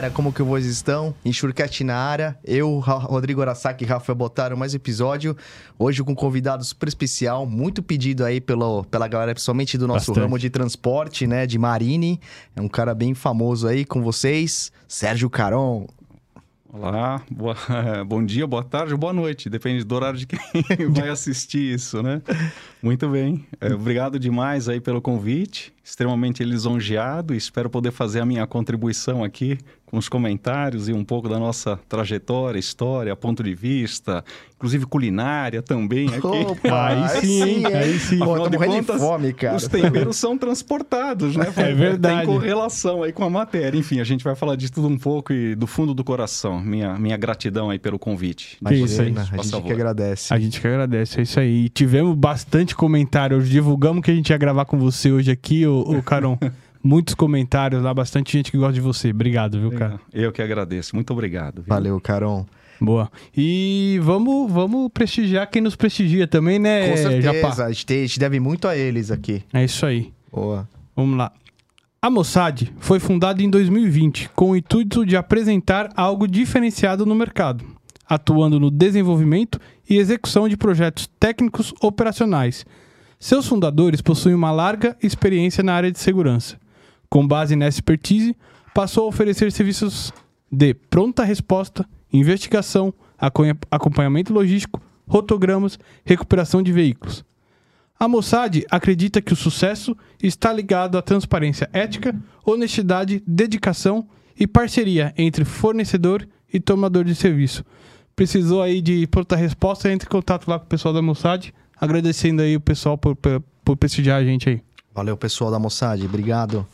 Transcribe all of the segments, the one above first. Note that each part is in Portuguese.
área, como que vocês estão? Enxurquete na área, eu, Rodrigo Arasaki e Rafael Bottaro, mais um episódio. Hoje com um convidado super especial, muito pedido aí pela galera, principalmente do nosso ramo de transporte, né, de Marine. É um cara bem famoso aí com vocês, Sérgio Caron. Olá, bom dia, boa tarde ou boa noite, depende do horário de quem vai assistir isso, né? Muito bem, obrigado demais aí pelo convite, extremamente lisonjeado, espero poder fazer a minha contribuição aqui com os comentários e um pouco da nossa trajetória, história, ponto de vista, inclusive culinária também aqui. Opa, aí sim. Afinal de contas, de fome, cara. Os temperos são transportados, né? É verdade. Tem correlação aí com a matéria. Enfim, a gente vai falar de tudo um pouco e do fundo do coração. Minha gratidão aí pelo convite. Imagina, isso aí. A gente que agradece. A gente que agradece, é isso aí. E tivemos bastante comentário. Hoje divulgamos que a gente ia gravar com você hoje aqui, o Caron. Muitos comentários lá, bastante gente que gosta de você. Obrigado, viu, cara? Eu que agradeço. Muito obrigado. Viu? Valeu, Caron. Boa. E vamos prestigiar quem nos prestigia também, né, Com certeza, Japá? a gente deve muito a eles aqui. É isso aí. Boa. Vamos lá. A Mossad foi fundada em 2020 com o intuito de apresentar algo diferenciado no mercado, atuando no desenvolvimento e execução de projetos técnicos operacionais. Seus fundadores possuem uma larga experiência na área de segurança. Com base nessa expertise, passou a oferecer serviços de pronta resposta, investigação, acompanhamento logístico, rotogramas, recuperação de veículos. A Mossad acredita que o sucesso está ligado à transparência ética, honestidade, dedicação e parceria entre fornecedor e tomador de serviço. Precisou aí de pronta resposta, entre em contato lá com o pessoal da Mossad, agradecendo aí o pessoal por prestigiar a gente aí. Valeu, pessoal da Mossad, obrigado.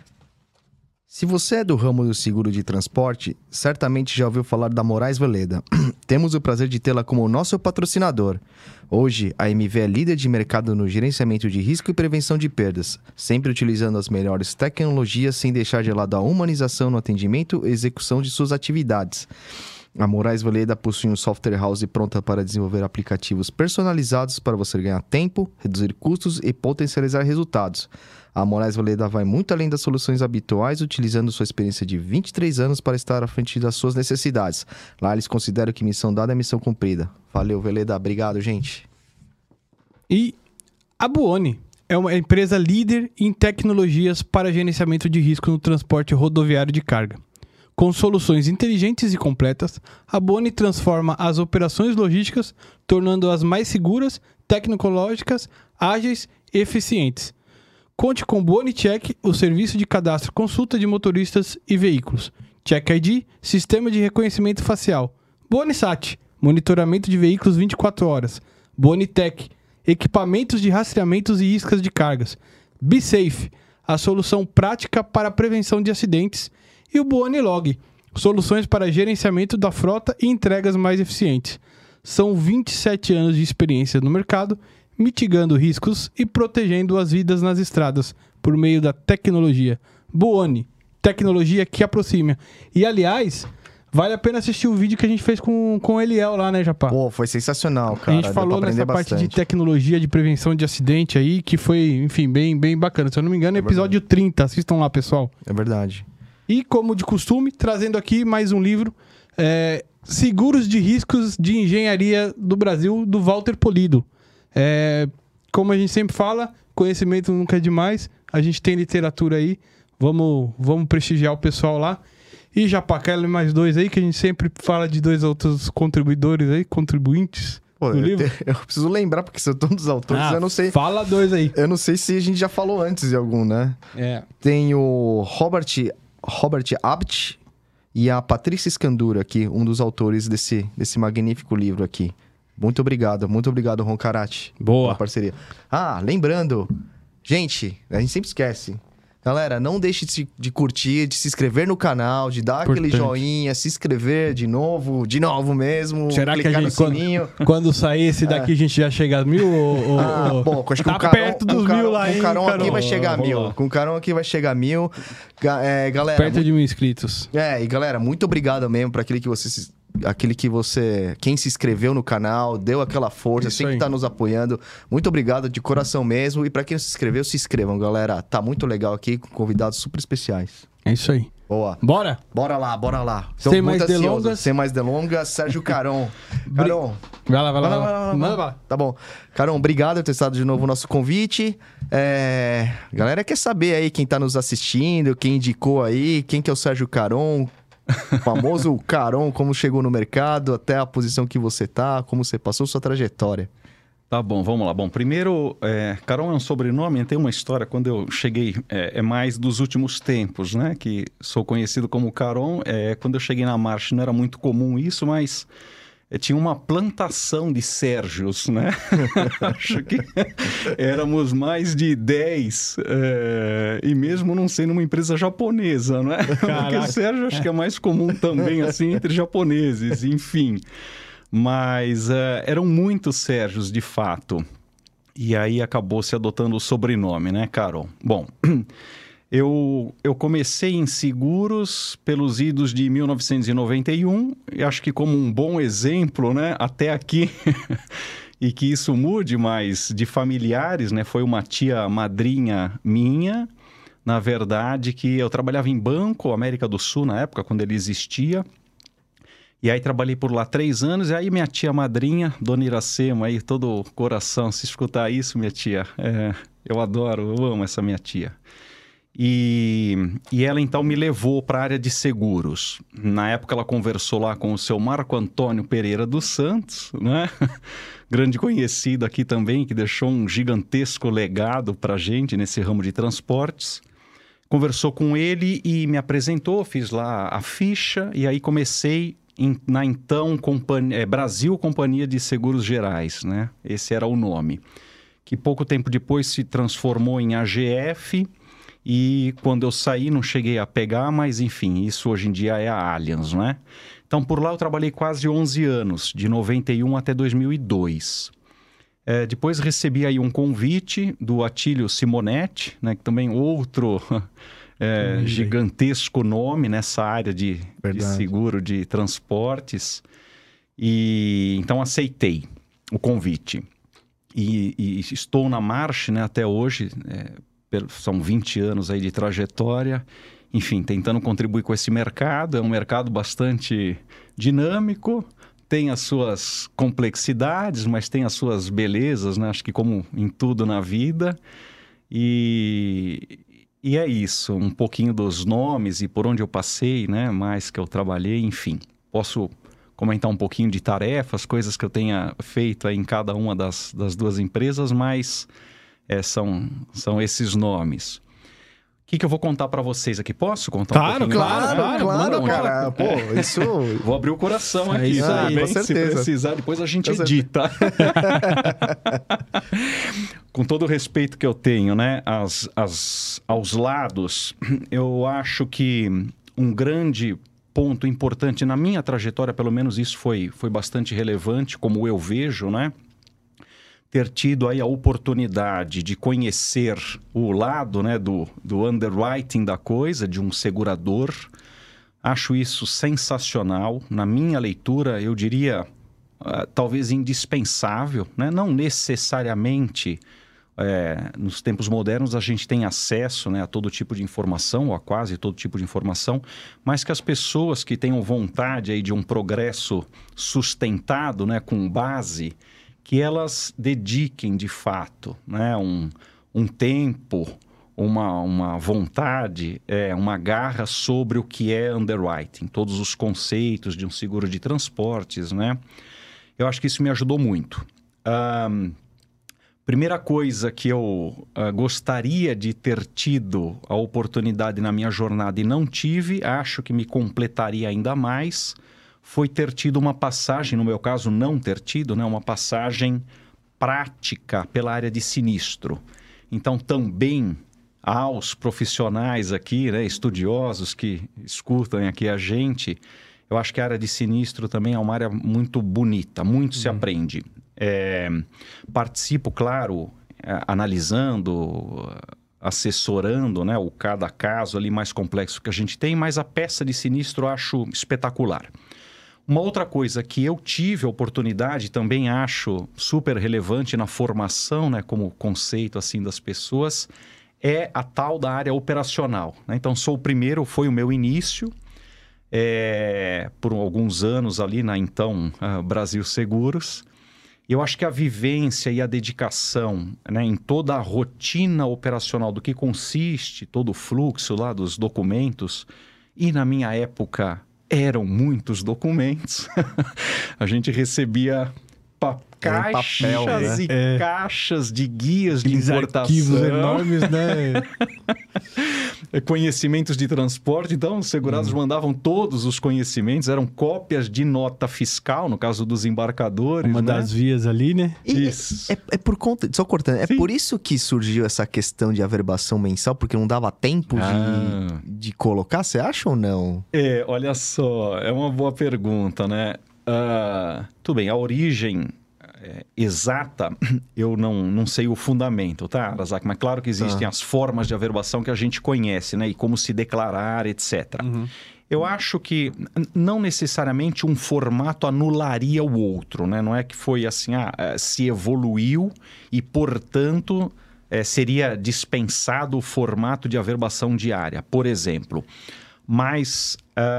Se você é do ramo do seguro de transporte, certamente já ouviu falar da Moraes Veleda. Temos o prazer de tê-la como nosso patrocinador. Hoje, a MV é líder de mercado no gerenciamento de risco e prevenção de perdas, sempre utilizando as melhores tecnologias sem deixar de lado a humanização no atendimento e execução de suas atividades. A Moraes Veleda possui um software house pronta para desenvolver aplicativos personalizados para você ganhar tempo, reduzir custos e potencializar resultados. A Moraes Veleda vai muito além das soluções habituais, utilizando sua experiência de 23 anos para estar à frente das suas necessidades. Lá eles consideram que missão dada é missão cumprida. Valeu, Veleda. Obrigado, gente. E a Buoni é uma empresa líder em tecnologias para gerenciamento de risco no transporte rodoviário de carga. Com soluções inteligentes e completas, a Buoni transforma as operações logísticas, tornando-as mais seguras, tecnológicas, ágeis e eficientes. Conte com Buoni Check, o serviço de cadastro consulta de motoristas e veículos. Check ID, sistema de reconhecimento facial. Buoni Sat, monitoramento de veículos 24 horas. Buoni Tech, equipamentos de rastreamentos e iscas de cargas. Be Safe, a solução prática para a prevenção de acidentes. E o Buoni Log, soluções para gerenciamento da frota e entregas mais eficientes. São 27 anos de experiência no mercado, mitigando riscos e protegendo as vidas nas estradas por meio da tecnologia. Buoni, tecnologia que aproxima. E, aliás, vale a pena assistir o vídeo que a gente fez com o Eliel lá, né, Japá? Pô, foi sensacional, cara. A gente falou nessa parte de tecnologia, de prevenção de acidente aí, que foi, enfim, bem bacana. Se eu não me engano, é episódio 30. Assistam lá, pessoal. É verdade. E, como de costume, trazendo aqui mais um livro, Seguros de Riscos de Engenharia do Brasil, do Walter Polido. Como a gente sempre fala, conhecimento nunca é demais. A gente tem literatura aí. Vamos prestigiar o pessoal lá. E já para mais dois aí, que a gente sempre fala de dois outros contribuidores aí, contribuintes. Pô, eu preciso lembrar, porque são todos os autores, eu não sei. Fala dois aí. Eu não sei se a gente já falou antes de algum, né? Tem o Robert Abt e a Patrícia Scandura aqui, um dos autores desse magnífico livro aqui. Muito obrigado, Roncarati. Boa. Pela parceria. Lembrando, gente, a gente sempre esquece. Galera, não deixe de curtir, de se inscrever no canal, de dar aquele joinha, se inscrever de novo mesmo. Será que a gente, quando sair esse daqui, a gente já chega a 1000? Bom, acho que tá perto dos 1000 lá, hein? Com o Carão aqui vai chegar a 1000. Com o Carão aqui vai chegar a 1000. Galera... Perto de 1000 inscritos. E galera, muito obrigado mesmo por aquele que quem se inscreveu no canal, deu aquela força, Isso sempre aí. tá nos apoiando. Muito obrigado de coração mesmo. E pra quem não se inscreveu, se inscrevam, galera. Tá muito legal aqui, com convidados super especiais. É isso aí. Boa. Bora? Bora lá. Sem mais delongas. Sem mais delongas, Sérgio Caron. Caron. Vai lá. Manda lá. Tá bom. Caron, obrigado por ter estado de novo o nosso convite. A galera quer saber aí quem tá nos assistindo, quem indicou aí, quem que é o Sérgio Caron, o famoso Caron, como chegou no mercado, até a posição que você tá, como você passou sua trajetória. Tá bom, vamos lá. Bom, primeiro, Caron é um sobrenome, tem uma história, quando eu cheguei, é mais dos últimos tempos, né? Que sou conhecido como Caron. Quando eu cheguei na March não era muito comum isso, mas tinha uma plantação de Sérgios, né? Acho que éramos mais de 10, e mesmo não sendo uma empresa japonesa, né? Porque Sérgio acho que é mais comum também, assim, entre japoneses, enfim. Mas eram muitos Sérgios, de fato. E aí acabou se adotando o sobrenome, né, Caron? Bom, eu comecei em seguros pelos idos de 1991. E acho que como um bom exemplo, né, até aqui, e que isso mude, mas de familiares, né? Foi uma tia madrinha minha, na verdade, que eu trabalhava em Banco América do Sul, na época, quando ele existia. E aí trabalhei por lá 3 anos, e aí minha tia madrinha, Dona Iracema, aí todo o coração, se escutar isso, minha tia, eu adoro, eu amo essa minha tia. E ela então me levou para a área de seguros. Na época ela conversou lá com o seu Marco Antônio Pereira dos Santos, né? Grande conhecido aqui também, que deixou um gigantesco legado para a gente nesse ramo de transportes. Conversou com ele e me apresentou, fiz lá a ficha, e aí comecei na então Brasil Companhia de Seguros Gerais, né? Esse era o nome. Que pouco tempo depois se transformou em AGF, e quando eu saí não cheguei a pegar, mas enfim, isso hoje em dia é a Allianz, né? Então por lá eu trabalhei quase 11 anos, de 91 até 2002. Depois recebi aí um convite do Atílio Simonetti, né? Que também outro... gigantesco nome nessa área de seguro de transportes, e então aceitei o convite e estou na March, né, até hoje, são 20 anos aí de trajetória, enfim, tentando contribuir com esse mercado. É um mercado bastante dinâmico, tem as suas complexidades, mas tem as suas belezas, né? Acho que como em tudo na vida. E é isso, um pouquinho dos nomes e por onde eu passei, né? Mais que eu trabalhei, enfim. Posso comentar um pouquinho de tarefas, coisas que eu tenha feito aí em cada uma das 2 empresas, mas são esses nomes. O que eu vou contar para vocês aqui? Posso contar um pouquinho? Claro, cara. Pô, isso... Vou abrir o coração aqui, isso aí, bem, com certeza. se precisar, depois a gente edita. Com todo o respeito que eu tenho, né, aos lados, eu acho que um grande ponto importante na minha trajetória, pelo menos isso foi bastante relevante, como eu vejo, né? Ter tido aí a oportunidade de conhecer o lado, né, do underwriting da coisa, de um segurador. Acho isso sensacional. Na minha leitura, eu diria, talvez indispensável, né? Não necessariamente, nos tempos modernos, a gente tem acesso, né, a todo tipo de informação, ou a quase todo tipo de informação, mas que as pessoas que tenham vontade aí de um progresso sustentado, né, com base... que elas dediquem de fato, né, um tempo, uma vontade, uma garra sobre o que é underwriting, todos os conceitos de um seguro de transportes, né? Eu acho que isso me ajudou muito. Primeira coisa que eu gostaria de ter tido a oportunidade na minha jornada e não tive, acho que me completaria ainda mais, foi ter tido uma passagem, no meu caso não ter tido, né, uma passagem prática pela área de sinistro. Então também aos profissionais aqui, né, estudiosos que escutam aqui a gente, eu acho que a área de sinistro também é uma área muito bonita, muito se aprende. Participo, claro, analisando, assessorando, né, cada caso ali mais complexo que a gente tem, mas a peça de sinistro eu acho espetacular. Uma outra coisa que eu tive a oportunidade, também acho super relevante na formação, né, como conceito assim das pessoas, é a tal da área operacional, né? Então, sou o primeiro, foi o meu início, por alguns anos ali na então Brasil Seguros. Eu acho que a vivência e a dedicação, né, em toda a rotina operacional do que consiste todo o fluxo lá dos documentos, e na minha época eram muitos documentos, a gente recebia caixas papel, né? e caixas de guias de Aqueles importação. arquivos enormes, né? Conhecimentos de transporte. Então, os segurados mandavam todos os conhecimentos, eram cópias de nota fiscal, no caso dos embarcadores. Uma né? das vias ali, né? E Isso. é por conta, só cortando, é Sim. por isso que surgiu essa questão de averbação mensal, porque não dava tempo de colocar, você acha ou não? Olha só, é uma boa pergunta, né? Tudo bem, a origem exata, eu não sei o fundamento, tá, Arazaki? Mas claro que existem as formas de averbação que a gente conhece, né? E como se declarar, etc. Eu acho que não necessariamente um formato anularia o outro, né? Não é que foi assim, se evoluiu e, portanto, seria dispensado o formato de averbação diária, por exemplo. Mas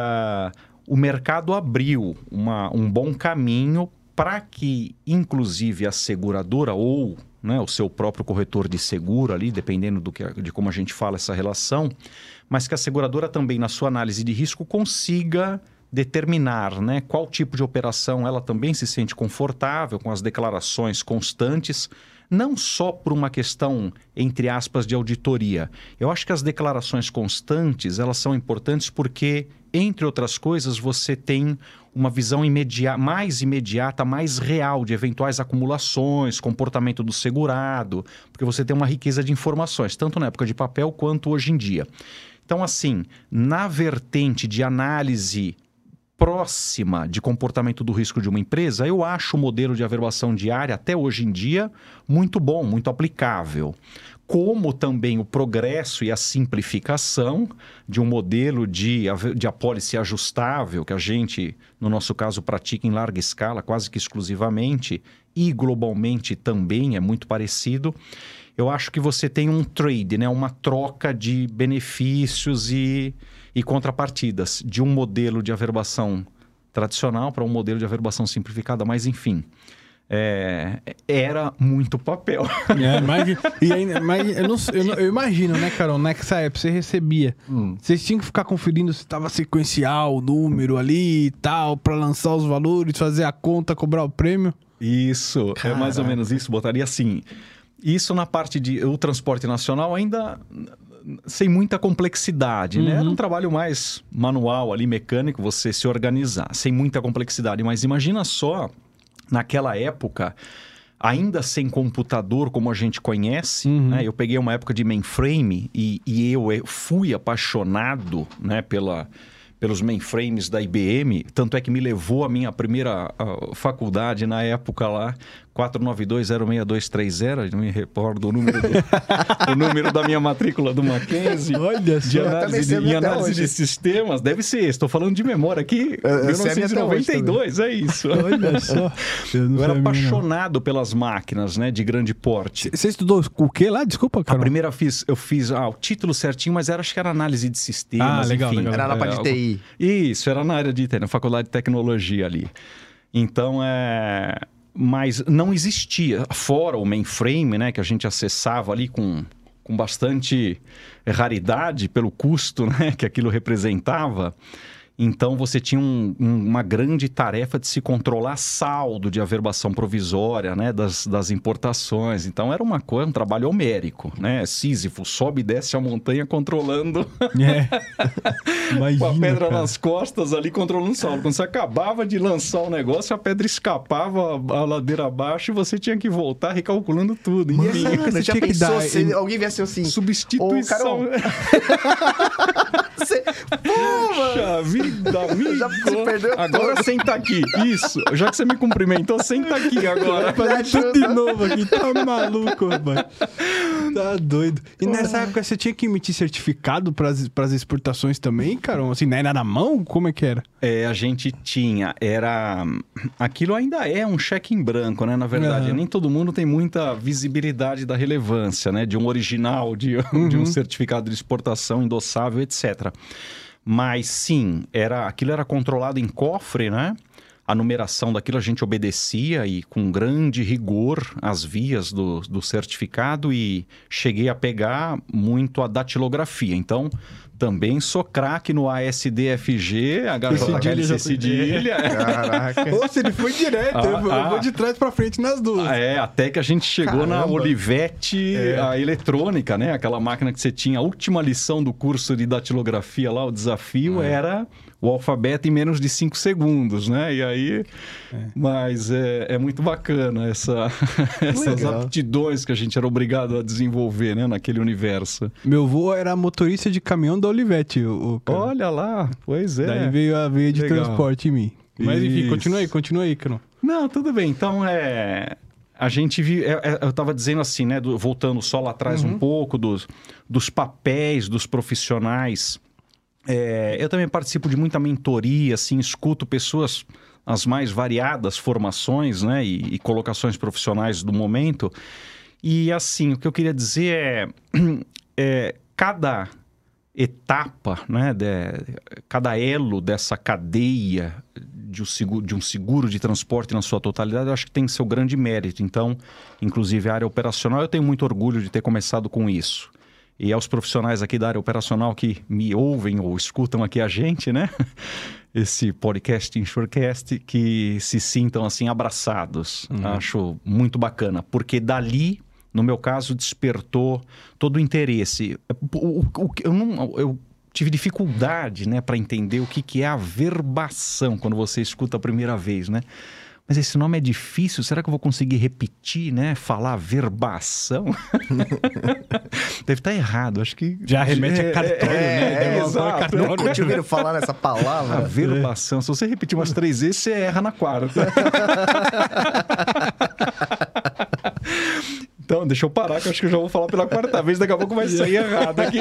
o mercado abriu um bom caminho para que, inclusive, a seguradora ou, né, o seu próprio corretor de seguro ali, dependendo de como a gente fala essa relação, mas que a seguradora também, na sua análise de risco, consiga determinar, né, qual tipo de operação ela também se sente confortável com as declarações constantes, não só por uma questão, entre aspas, de auditoria. Eu acho que as declarações constantes, elas são importantes porque, entre outras coisas, você tem uma visão mais imediata, mais real de eventuais acumulações, comportamento do segurado, porque você tem uma riqueza de informações, tanto na época de papel quanto hoje em dia. Então, assim, na vertente de análise próxima de comportamento do risco de uma empresa, eu acho o modelo de averbação diária, até hoje em dia, muito bom, muito aplicável. Como também o progresso e a simplificação de um modelo de apólice ajustável, que a gente, no nosso caso, pratica em larga escala, quase que exclusivamente, e globalmente também é muito parecido. Eu acho que você tem um trade, né? Uma troca de benefícios e contrapartidas de um modelo de averbação tradicional para um modelo de averbação simplificada, mas enfim, era muito papel. Mas eu imagino, né, Carol, nessa época você recebia, vocês tinham que ficar conferindo se estava sequencial, o número ali e tal, para lançar os valores, fazer a conta, cobrar o prêmio. Isso, é mais ou menos isso, botaria assim. Isso na parte o transporte nacional ainda sem muita complexidade, né? Era um trabalho mais manual ali, mecânico, você se organizar, sem muita complexidade. Mas imagina só, naquela época, ainda sem computador como a gente conhece, né? Eu peguei uma época de mainframe e eu fui apaixonado, né, pelos mainframes da IBM, tanto é que me levou a minha primeira faculdade na época lá, 492-06230, não me recordo o número, o número da minha matrícula do Mackenzie. Olha só, De análise de sistemas, deve ser, estou falando de memória aqui, 1992, é isso. Olha só. Eu era apaixonado pelas máquinas, né, de grande porte. Você estudou o que lá? Desculpa, Carol. A primeira eu fiz o título certinho, mas acho que era análise de sistemas, legal, enfim. legal. Era na parte de TI. Isso, era na área de TI, na faculdade de tecnologia ali. Então, mas não existia, fora o mainframe, né, que a gente acessava ali com bastante raridade pelo custo, né, que aquilo representava. Então, você tinha uma grande tarefa de se controlar saldo de averbação provisória, né, das importações. Então, era um trabalho homérico, né? Sísifo sobe e desce a montanha controlando Imagina, com a pedra cara, nas costas ali, controlando o saldo. Quando você acabava de lançar o negócio, a pedra escapava a ladeira abaixo e você tinha que voltar recalculando tudo. Enfim, Mano, já tinha que pensou dar- se alguém viesse assim... substituição. Ô, Carol, Puxa vida, amigo. Já se perdeu Agora todo. senta aqui. Isso. Já que você me cumprimentou, senta aqui agora. fazer tudo de novo aqui, tá maluco, rapaz. Tá doido. E nessa época você tinha que emitir certificado pras exportações também, cara? Assim, era na mão? Como é que era? A gente tinha, aquilo ainda é um cheque em branco, né? Na verdade, nem todo mundo tem muita visibilidade da relevância, né? De um original, de um certificado de exportação endossável, etc. Mas sim, aquilo era controlado em cofre, né? A numeração daquilo a gente obedecia e com grande rigor as vias do certificado, e cheguei a pegar muito a datilografia. Então, também sou craque no ASDFG, HJLC cedilha. Caraca. Nossa, ele foi direto, eu vou de trás pra frente nas duas. Até que a gente chegou na Olivetti, a eletrônica, né? Aquela máquina que você tinha, a última lição do curso de datilografia lá, o desafio era o alfabeto em menos de 5 segundos, né? E aí... Mas é muito bacana essas aptidões que a gente era obrigado a desenvolver, né? Naquele universo. Meu avô era motorista de caminhão da Olivetti. Olha lá, pois é. Daí veio a veia de transporte em mim. Mas enfim, continua aí, Cano. Não, tudo bem. Então, a gente viu... eu estava dizendo assim, né? Voltando só lá atrás um pouco dos papéis dos profissionais. Eu também participo de muita mentoria, assim, escuto pessoas, as mais variadas formações, né, e colocações profissionais do momento. E, assim, o que eu queria dizer cada etapa, né, cada elo dessa cadeia de um seguro de transporte na sua totalidade, eu acho que tem seu grande mérito. Então, inclusive a área operacional, eu tenho muito orgulho de ter começado com isso. E aos profissionais aqui da área operacional que me ouvem ou escutam aqui a gente, né? Esse podcast Insurecast, que se sintam assim abraçados. Acho muito bacana, porque dali, no meu caso, despertou todo o interesse. Eu tive dificuldade, né, para entender o que é a verbação quando você escuta a primeira vez, né? Mas esse nome é difícil, será que eu vou conseguir repetir, né? Falar verbação? Deve estar errado, acho que... Já remete a cartório, né? Exato. Eu nunca te ouviram falar nessa palavra. A verbação. Se você repetir umas 3 vezes, você erra na 4ª. Então, deixa eu parar, que eu acho que eu já vou falar pela 4ª vez, daqui a pouco vai sair errado aqui.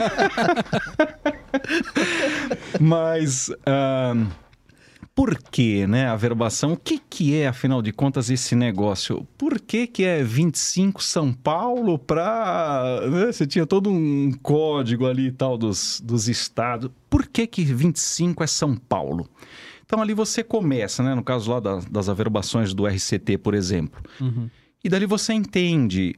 Mas... por que, né, a verbação? O que é, afinal de contas, esse negócio? Por que é 25 São Paulo para... Né? Você tinha todo um código ali e tal dos estados. Por que 25 é São Paulo? Então, ali você começa, né, no caso lá das averbações do RCT, por exemplo. E dali você entende...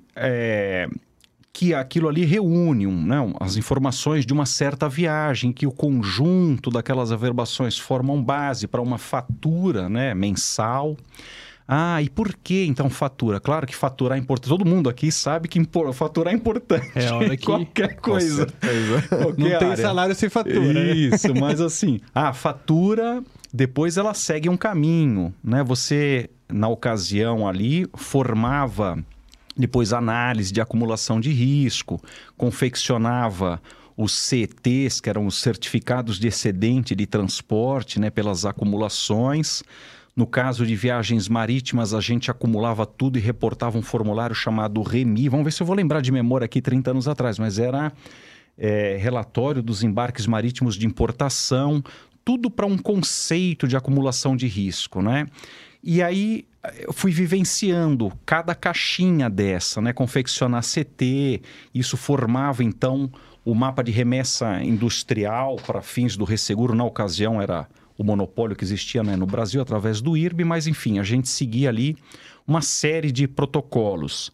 que aquilo ali reúne as informações de uma certa viagem, que o conjunto daquelas averbações formam base para uma fatura, né, mensal. E por que então fatura? Claro que faturar é importante. Todo mundo aqui sabe que faturar é importante. É a hora que... Qualquer coisa. Não tem salário sem fatura. Isso, mas assim, a fatura, depois ela segue um caminho, né? Você, na ocasião ali, formava... Depois, análise de acumulação de risco, confeccionava os CETs, que eram os certificados de excedente de transporte, né, pelas acumulações. No caso de viagens marítimas, a gente acumulava tudo e reportava um formulário chamado REMI. Vamos ver se eu vou lembrar de memória aqui 30 anos atrás, mas era relatório dos embarques marítimos de importação, tudo para um conceito de acumulação de risco, né? E aí... eu fui vivenciando cada caixinha dessa, né? Confeccionar CT, isso formava então o mapa de remessa industrial para fins do resseguro. Na ocasião era o monopólio que existia, né, no Brasil através do IRB, mas enfim, a gente seguia ali uma série de protocolos.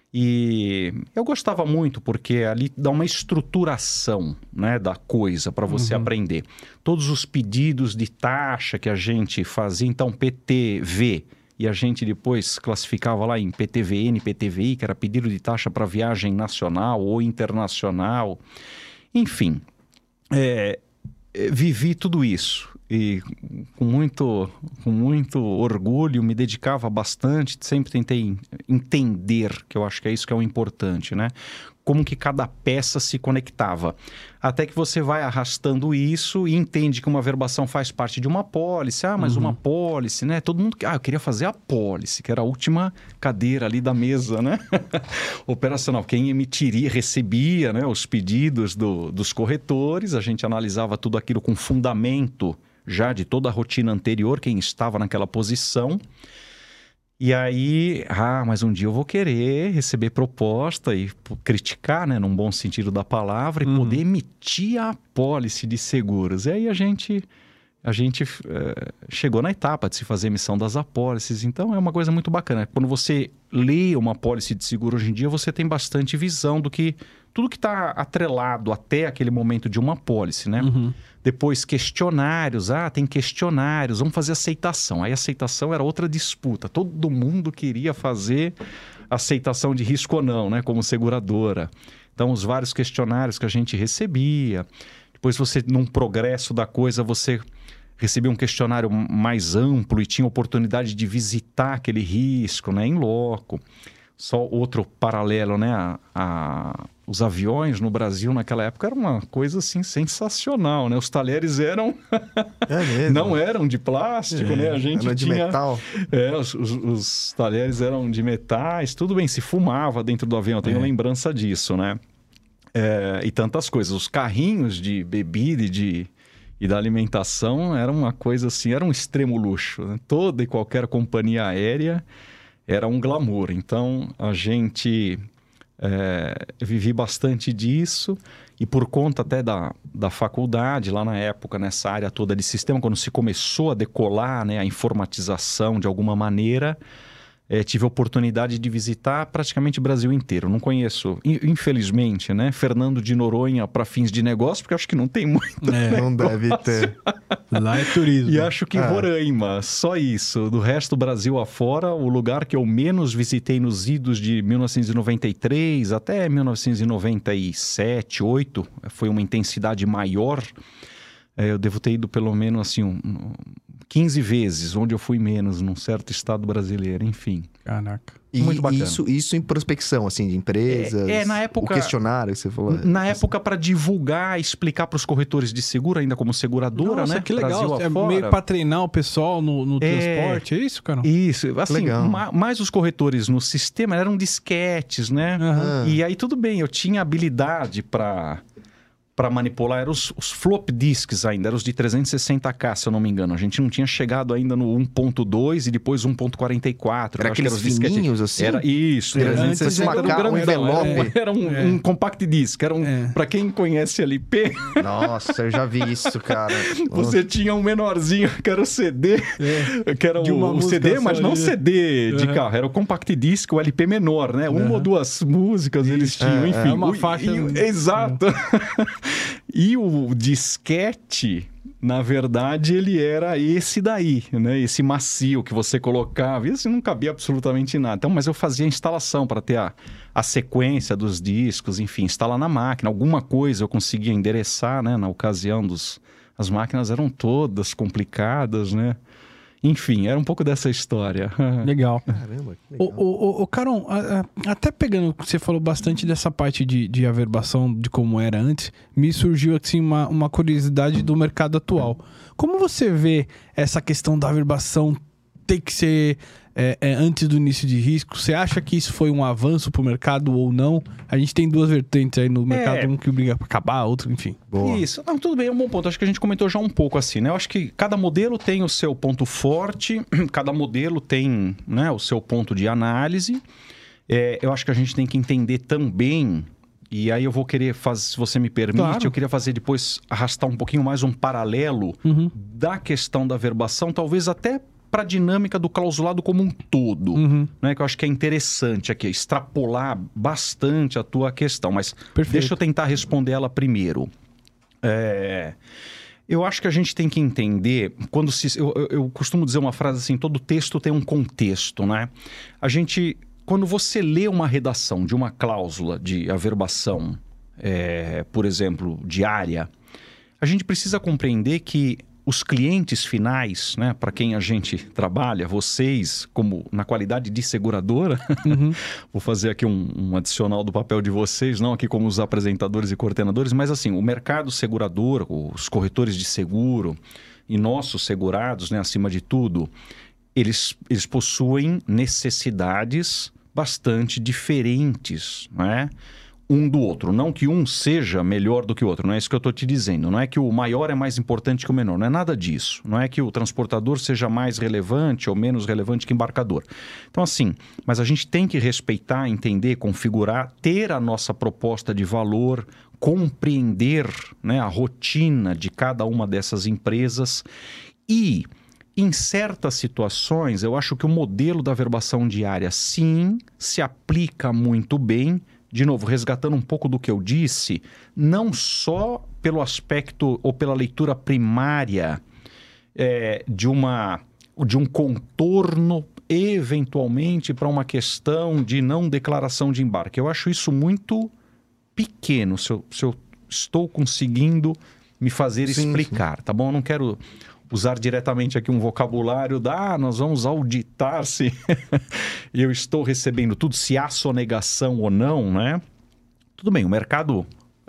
E eu gostava muito porque ali dá uma estruturação, né, da coisa para você aprender. Todos os pedidos de taxa que a gente fazia, então PTV, e a gente depois classificava lá em PTVN, PTVI, que era pedido de taxa para viagem nacional ou internacional. Enfim, vivi tudo isso e com muito orgulho, me dedicava bastante, sempre tentei entender, que eu acho que é isso que é o importante, né? como que cada peça se conectava. Até que você vai arrastando isso e entende que uma averbação faz parte de uma apólice. Mas uma apólice, né? Todo mundo... eu queria fazer a apólice, que era a última cadeira ali da mesa, né? Operacional. Quem emitiria, recebia, né, os pedidos dos corretores, a gente analisava tudo aquilo com fundamento já de toda a rotina anterior, quem estava naquela posição. E aí, mas um dia eu vou querer receber proposta e criticar, né, num bom sentido da palavra, e poder emitir a apólice de seguros. E aí a gente chegou na etapa de se fazer emissão das apólices. Então é uma coisa muito bacana. Quando você lê uma apólice de seguro hoje em dia, você tem bastante visão do que tudo que está atrelado até aquele momento de uma apólice, né? Depois questionários, tem questionários, vamos fazer aceitação. Aí aceitação era outra disputa. Todo mundo queria fazer aceitação de risco ou não, né? Como seguradora. Então os vários questionários que a gente recebia. Depois você, num progresso da coisa, você recebia um questionário mais amplo e tinha oportunidade de visitar aquele risco, né, em loco. Só outro paralelo, né, os aviões no Brasil naquela época era uma coisa assim sensacional, né? Os talheres eram não eram de plástico, né? A gente era de metal. Os talheres eram de metais, tudo bem, se fumava dentro do avião, eu tenho lembrança disso, né? E tantas coisas. Os carrinhos de bebida e da alimentação era uma coisa assim, era um extremo luxo, né? Toda e qualquer companhia aérea era um glamour. Então, a gente vivi bastante disso e por conta até da faculdade, lá na época, nessa área toda de sistema, quando se começou a decolar, né, a informatização de alguma maneira, tive a oportunidade de visitar praticamente o Brasil inteiro. Não conheço, infelizmente, né, Fernando de Noronha para fins de negócio, porque acho que não tem muito. Não deve ter. Lá é turismo. E acho que Roraima, só isso. Do resto do Brasil afora, o lugar que eu menos visitei nos idos de 1993 até 1997, 2008, foi uma intensidade maior. Eu devo ter ido pelo menos assim 15 vezes, onde eu fui menos, num certo estado brasileiro, enfim. Caraca. E muito bacana. Isso em prospecção, assim, de empresas? Na época... O questionário que você falou. Na época, para divulgar, explicar para os corretores de seguro, ainda como seguradora, Nossa, né? que legal. Brasil afora. Meio para treinar o pessoal no transporte, é isso, cara? Isso. Assim, legal. mais os corretores no sistema eram disquetes, né? E aí tudo bem, eu tinha habilidade para manipular, eram os flop disks ainda, eram os de 360K, se eu não me engano. A gente não tinha chegado ainda no 1.2 e depois 1.44. Era aqueles fininhos assim? Era isso. 360K, um envelope. Era um compact disc. Era para quem conhece LP... Nossa, eu já vi isso, cara. Você tinha um menorzinho, que era o CD, que era o CD, mas não CD de carro. Era o compact disc, o LP menor, né? Uma ou duas músicas eles tinham, enfim. Uma faixa... Exato. E o disquete, na verdade, ele era esse daí, né? Esse macio que você colocava. E assim, não cabia absolutamente nada. Então, mas eu fazia a instalação para ter a sequência dos discos, enfim, instalar na máquina. Alguma coisa eu conseguia endereçar, né? Na ocasião as máquinas eram todas complicadas, né? Enfim, era um pouco dessa história. Legal. Caramba, que legal. Caron, até pegando, você falou bastante dessa parte de averbação, de como era antes, me surgiu assim uma curiosidade do mercado atual. Como você vê essa questão da averbação ter que ser antes do início de risco? Você acha que isso foi um avanço para o mercado ou não? A gente tem duas vertentes aí no mercado, um que briga para acabar, outro, enfim. Boa. Isso. Não, tudo bem, é um bom ponto. Acho que a gente comentou já um pouco assim, né? Eu acho que cada modelo tem o seu ponto forte, cada modelo tem, né, o seu ponto de análise. Eu acho que a gente tem que entender também, e aí eu vou querer fazer, se você me permite, claro. Eu queria fazer depois, arrastar um pouquinho mais um paralelo da questão da averbação, talvez até para a dinâmica do clausulado como um todo, né? Que eu acho que é interessante aqui, extrapolar bastante a tua questão, mas deixa eu tentar responder ela primeiro. Eu acho que a gente tem que entender, eu costumo dizer uma frase assim, todo texto tem um contexto, né? Quando você lê uma redação de uma cláusula de averbação, por exemplo, diária, a gente precisa compreender que os clientes finais, né, para quem a gente trabalha, vocês, como na qualidade de seguradora, vou fazer aqui um adicional do papel de vocês, não aqui como os apresentadores e coordenadores, mas assim, o mercado segurador, os corretores de seguro e nossos segurados, né, acima de tudo, eles possuem necessidades bastante diferentes, né? Um do outro. Não que um seja melhor do que o outro, não é isso que eu estou te dizendo. Não é que o maior é mais importante que o menor, não é nada disso. Não é que o transportador seja mais relevante ou menos relevante que o embarcador. Então assim, mas a gente tem que respeitar, entender, configurar, ter a nossa proposta de valor, compreender, né, a rotina de cada uma dessas empresas e, em certas situações, eu acho que o modelo da averbação diária, sim, se aplica muito bem. De novo, resgatando um pouco do que eu disse, não só pelo aspecto ou pela leitura primária de um contorno, eventualmente, para uma questão de não declaração de embarque. Eu acho isso muito pequeno, se eu estou conseguindo me fazer explicar, tá bom? Eu não quero usar diretamente aqui um vocabulário nós vamos auditar se eu estou recebendo tudo, se há sonegação ou não, né? Tudo bem, o mercado,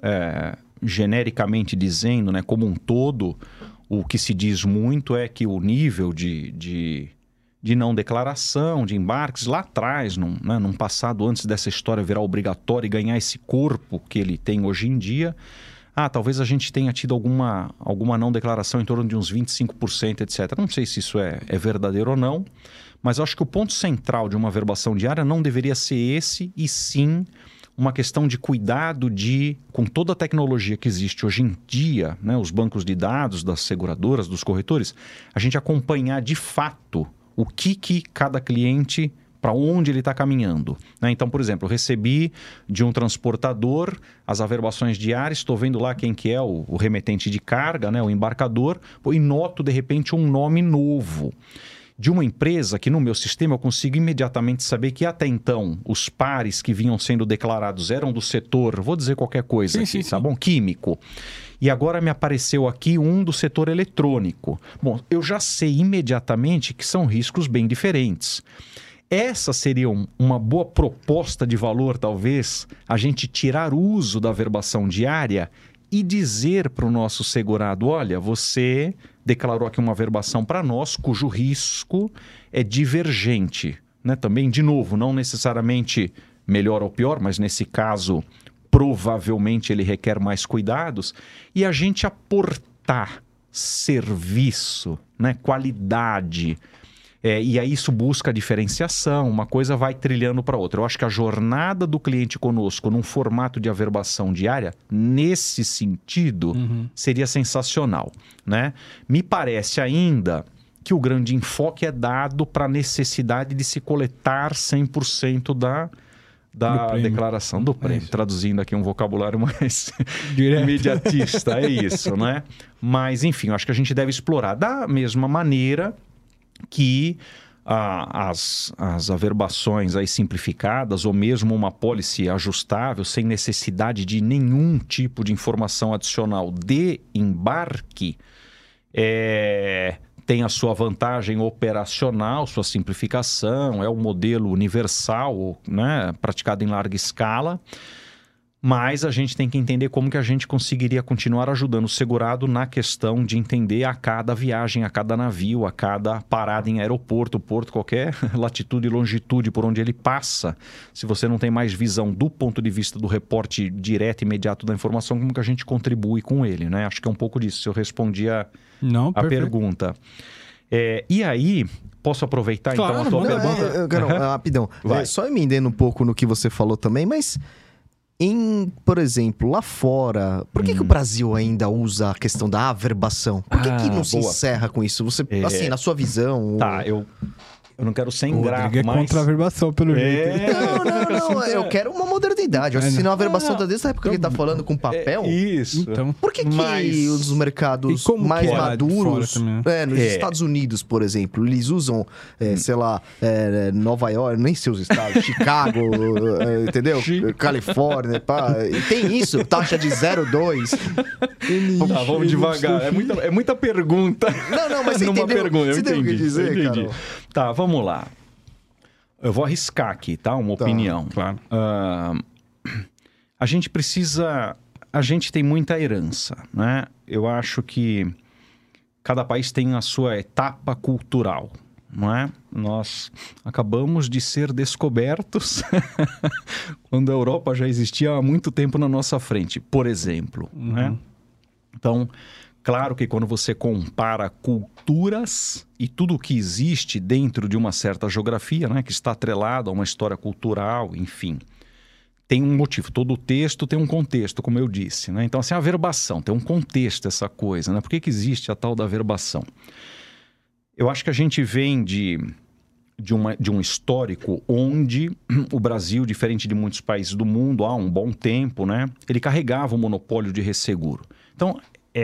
genericamente dizendo, né, como um todo, o que se diz muito é que o nível de não declaração, de embarques, lá atrás, num passado antes dessa história virar obrigatório e ganhar esse corpo que ele tem hoje em dia, talvez a gente tenha tido alguma não declaração em torno de uns 25%, etc. Não sei se isso é verdadeiro ou não, mas eu acho que o ponto central de uma averbação diária não deveria ser esse, e sim uma questão de cuidado com toda a tecnologia que existe hoje em dia, né, os bancos de dados das seguradoras, dos corretores, a gente acompanhar de fato o que cada cliente, para onde ele está caminhando, né? Então, por exemplo, eu recebi de um transportador as averbações diárias, estou vendo lá quem que é o remetente de carga, né, o embarcador, e noto, de repente, um nome novo de uma empresa que no meu sistema eu consigo imediatamente saber que até então os pares que vinham sendo declarados eram do setor, vou dizer qualquer coisa aqui, tá bom? Químico. E agora me apareceu aqui um do setor eletrônico. Bom, eu já sei imediatamente que são riscos bem diferentes. Essa seria uma boa proposta de valor, talvez, a gente tirar uso da averbação diária e dizer para o nosso segurado, olha, você declarou aqui uma averbação para nós cujo risco é divergente, né? Também, de novo, não necessariamente melhor ou pior, mas nesse caso, provavelmente ele requer mais cuidados, e a gente aportar serviço, né? Qualidade. E aí isso busca diferenciação, uma coisa vai trilhando para outra. Eu acho que a jornada do cliente conosco num formato de averbação diária, nesse sentido, seria sensacional, né? Me parece ainda que o grande enfoque é dado para a necessidade de se coletar 100% da declaração do prêmio. Traduzindo aqui um vocabulário mais imediatista, é isso, né? Mas, enfim, eu acho que a gente deve explorar da mesma maneira que as averbações aí simplificadas ou mesmo uma pólice ajustável sem necessidade de nenhum tipo de informação adicional de embarque tem a sua vantagem operacional, sua simplificação, é um modelo universal, né, praticado em larga escala. Mas a gente tem que entender como que a gente conseguiria continuar ajudando o segurado na questão de entender a cada viagem, a cada navio, a cada parada em aeroporto, porto, qualquer latitude e longitude por onde ele passa. Se você não tem mais visão do ponto de vista do reporte direto e imediato da informação, como que a gente contribui com ele, né? Acho que é um pouco disso, se eu respondi a pergunta. E aí... Posso aproveitar, então, a tua pergunta? Rapidão. Só emendando um pouco no que você falou também, mas... por exemplo, lá fora, por que o Brasil ainda usa a questão da averbação? Por que não se encerra com isso? Você, assim, na sua visão... Tá, Eu não quero ser O ingrato, Rodrigo é mas... contra a averbação, pelo jeito. Não, eu quero uma modernidade. Eu acho que se não a averbação tá dessa época que ele tá falando com papel... Isso. Então, Por que os mercados E como mais que é lá de maduros, fora também? nos Estados Unidos, por exemplo, eles usam, sei lá, Nova York, nem sei os estados, Chicago, entendeu? Califórnia, pá. E tem isso, taxa de 0,2. Tá, vamos devagar. É muita pergunta. Não, mas você numa entendeu? pergunta. Você tem o que dizer, eu entendi. Carol? Tá, vamos lá. Eu vou arriscar aqui, tá? Uma opinião. claro. A gente precisa... A gente tem muita herança, né? Eu acho que cada país tem a sua etapa cultural, não é? Nós acabamos de ser descobertos quando a Europa já existia há muito tempo na nossa frente, por exemplo, né? Então, claro que quando você compara culturas e tudo o que existe dentro de uma certa geografia, né, que está atrelado a uma história cultural, enfim, tem um motivo. Todo texto tem um contexto, como eu disse, né? Então, assim, a averbação tem um contexto, essa coisa, né? Por que existe a tal da averbação? Eu acho que a gente vem de um histórico onde o Brasil, diferente de muitos países do mundo, há um bom tempo, né? Ele carregava o monopólio de resseguro. Então,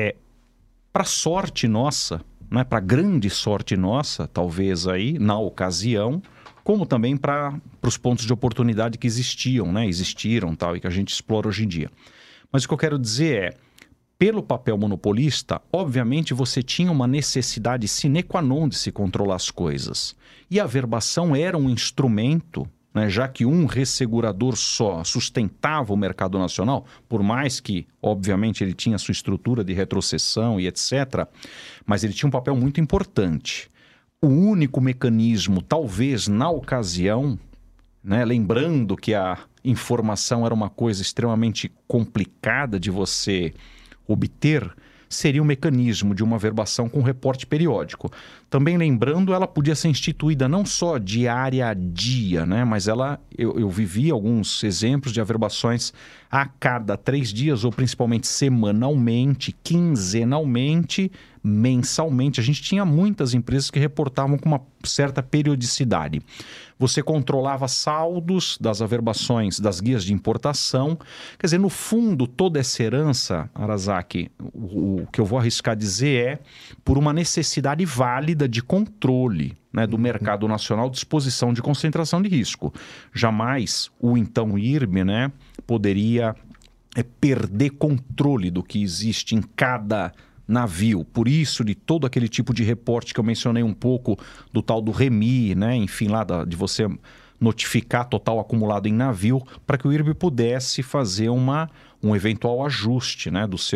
para sorte nossa, né? Para grande sorte nossa, talvez aí, na ocasião, como também para os pontos de oportunidade que existiam, né? Existiram tal, e que a gente explora hoje em dia. Mas o que eu quero dizer é, pelo papel monopolista, obviamente você tinha uma necessidade sine qua non de se controlar as coisas. E a averbação era um instrumento, né, já que um ressegurador só sustentava o mercado nacional, por mais que, obviamente, ele tinha sua estrutura de retrocessão e etc., mas ele tinha um papel muito importante. O único mecanismo, talvez na ocasião, né, lembrando que a informação era uma coisa extremamente complicada de você obter, seria o mecanismo de uma averbação com reporte periódico. Também lembrando, ela podia ser instituída não só diária a dia, né? Mas eu vivi alguns exemplos de averbações a cada 3 dias, ou principalmente semanalmente, quinzenalmente, mensalmente. A gente tinha muitas empresas que reportavam com uma certa periodicidade. Você controlava saldos das averbações, das guias de importação. Quer dizer, no fundo, toda essa herança, Arazaki, o que eu vou arriscar dizer é por uma necessidade válida de controle, né, do mercado nacional, disposição de concentração de risco. Jamais o então IRB, né, poderia perder controle do que existe em cada navio. Por isso, de todo aquele tipo de reporte que eu mencionei um pouco, do tal do REMI, né? Enfim, lá de você notificar total acumulado em navio, para que o IRB pudesse fazer um eventual ajuste, né? dos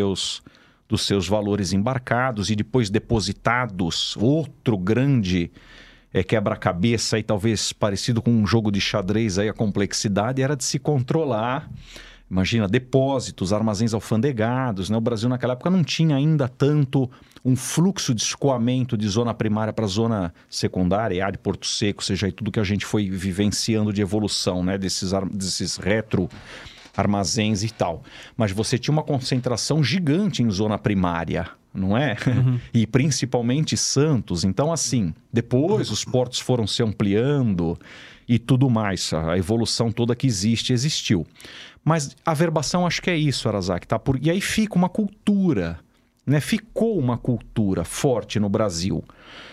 seus valores embarcados e depois depositados. Outro grande quebra-cabeça, aí, talvez parecido com um jogo de xadrez, aí, a complexidade era de se controlar. Imagina, depósitos, armazéns alfandegados, né? O Brasil naquela época não tinha ainda tanto um fluxo de escoamento de zona primária para zona secundária, EA de Porto Seco, seja aí tudo que a gente foi vivenciando de evolução, né? Desses retro armazéns e tal. Mas você tinha uma concentração gigante em zona primária, não é? E principalmente Santos. Então, assim, depois os portos foram se ampliando e tudo mais. A evolução toda que existiu. Mas a averbação, acho que é isso, Arazaki, tá? E aí fica uma cultura, né? Ficou uma cultura forte no Brasil.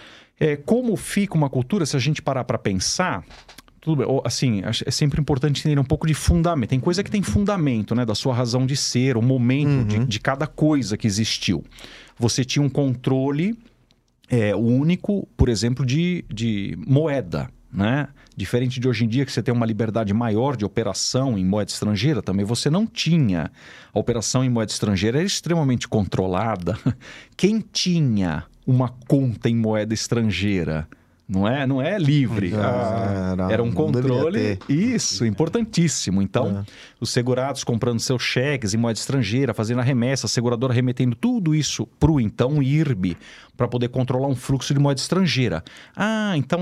Como fica uma cultura, se a gente parar para pensar, tudo bem, assim, é sempre importante entender um pouco de fundamento. Tem coisa que tem fundamento, né? Da sua razão de ser, o momento de cada coisa que existiu. Você tinha um controle único, por exemplo, de moeda, né? Diferente de hoje em dia, que você tem uma liberdade maior de operação em moeda estrangeira, também você não tinha. A operação em moeda estrangeira era extremamente controlada. Quem tinha uma conta em moeda estrangeira não é livre. Era um controle. Isso, importantíssimo. Então, os segurados comprando seus cheques em moeda estrangeira, fazendo a remessa, a seguradora remetendo tudo isso para o então IRB, para poder controlar um fluxo de moeda estrangeira. Então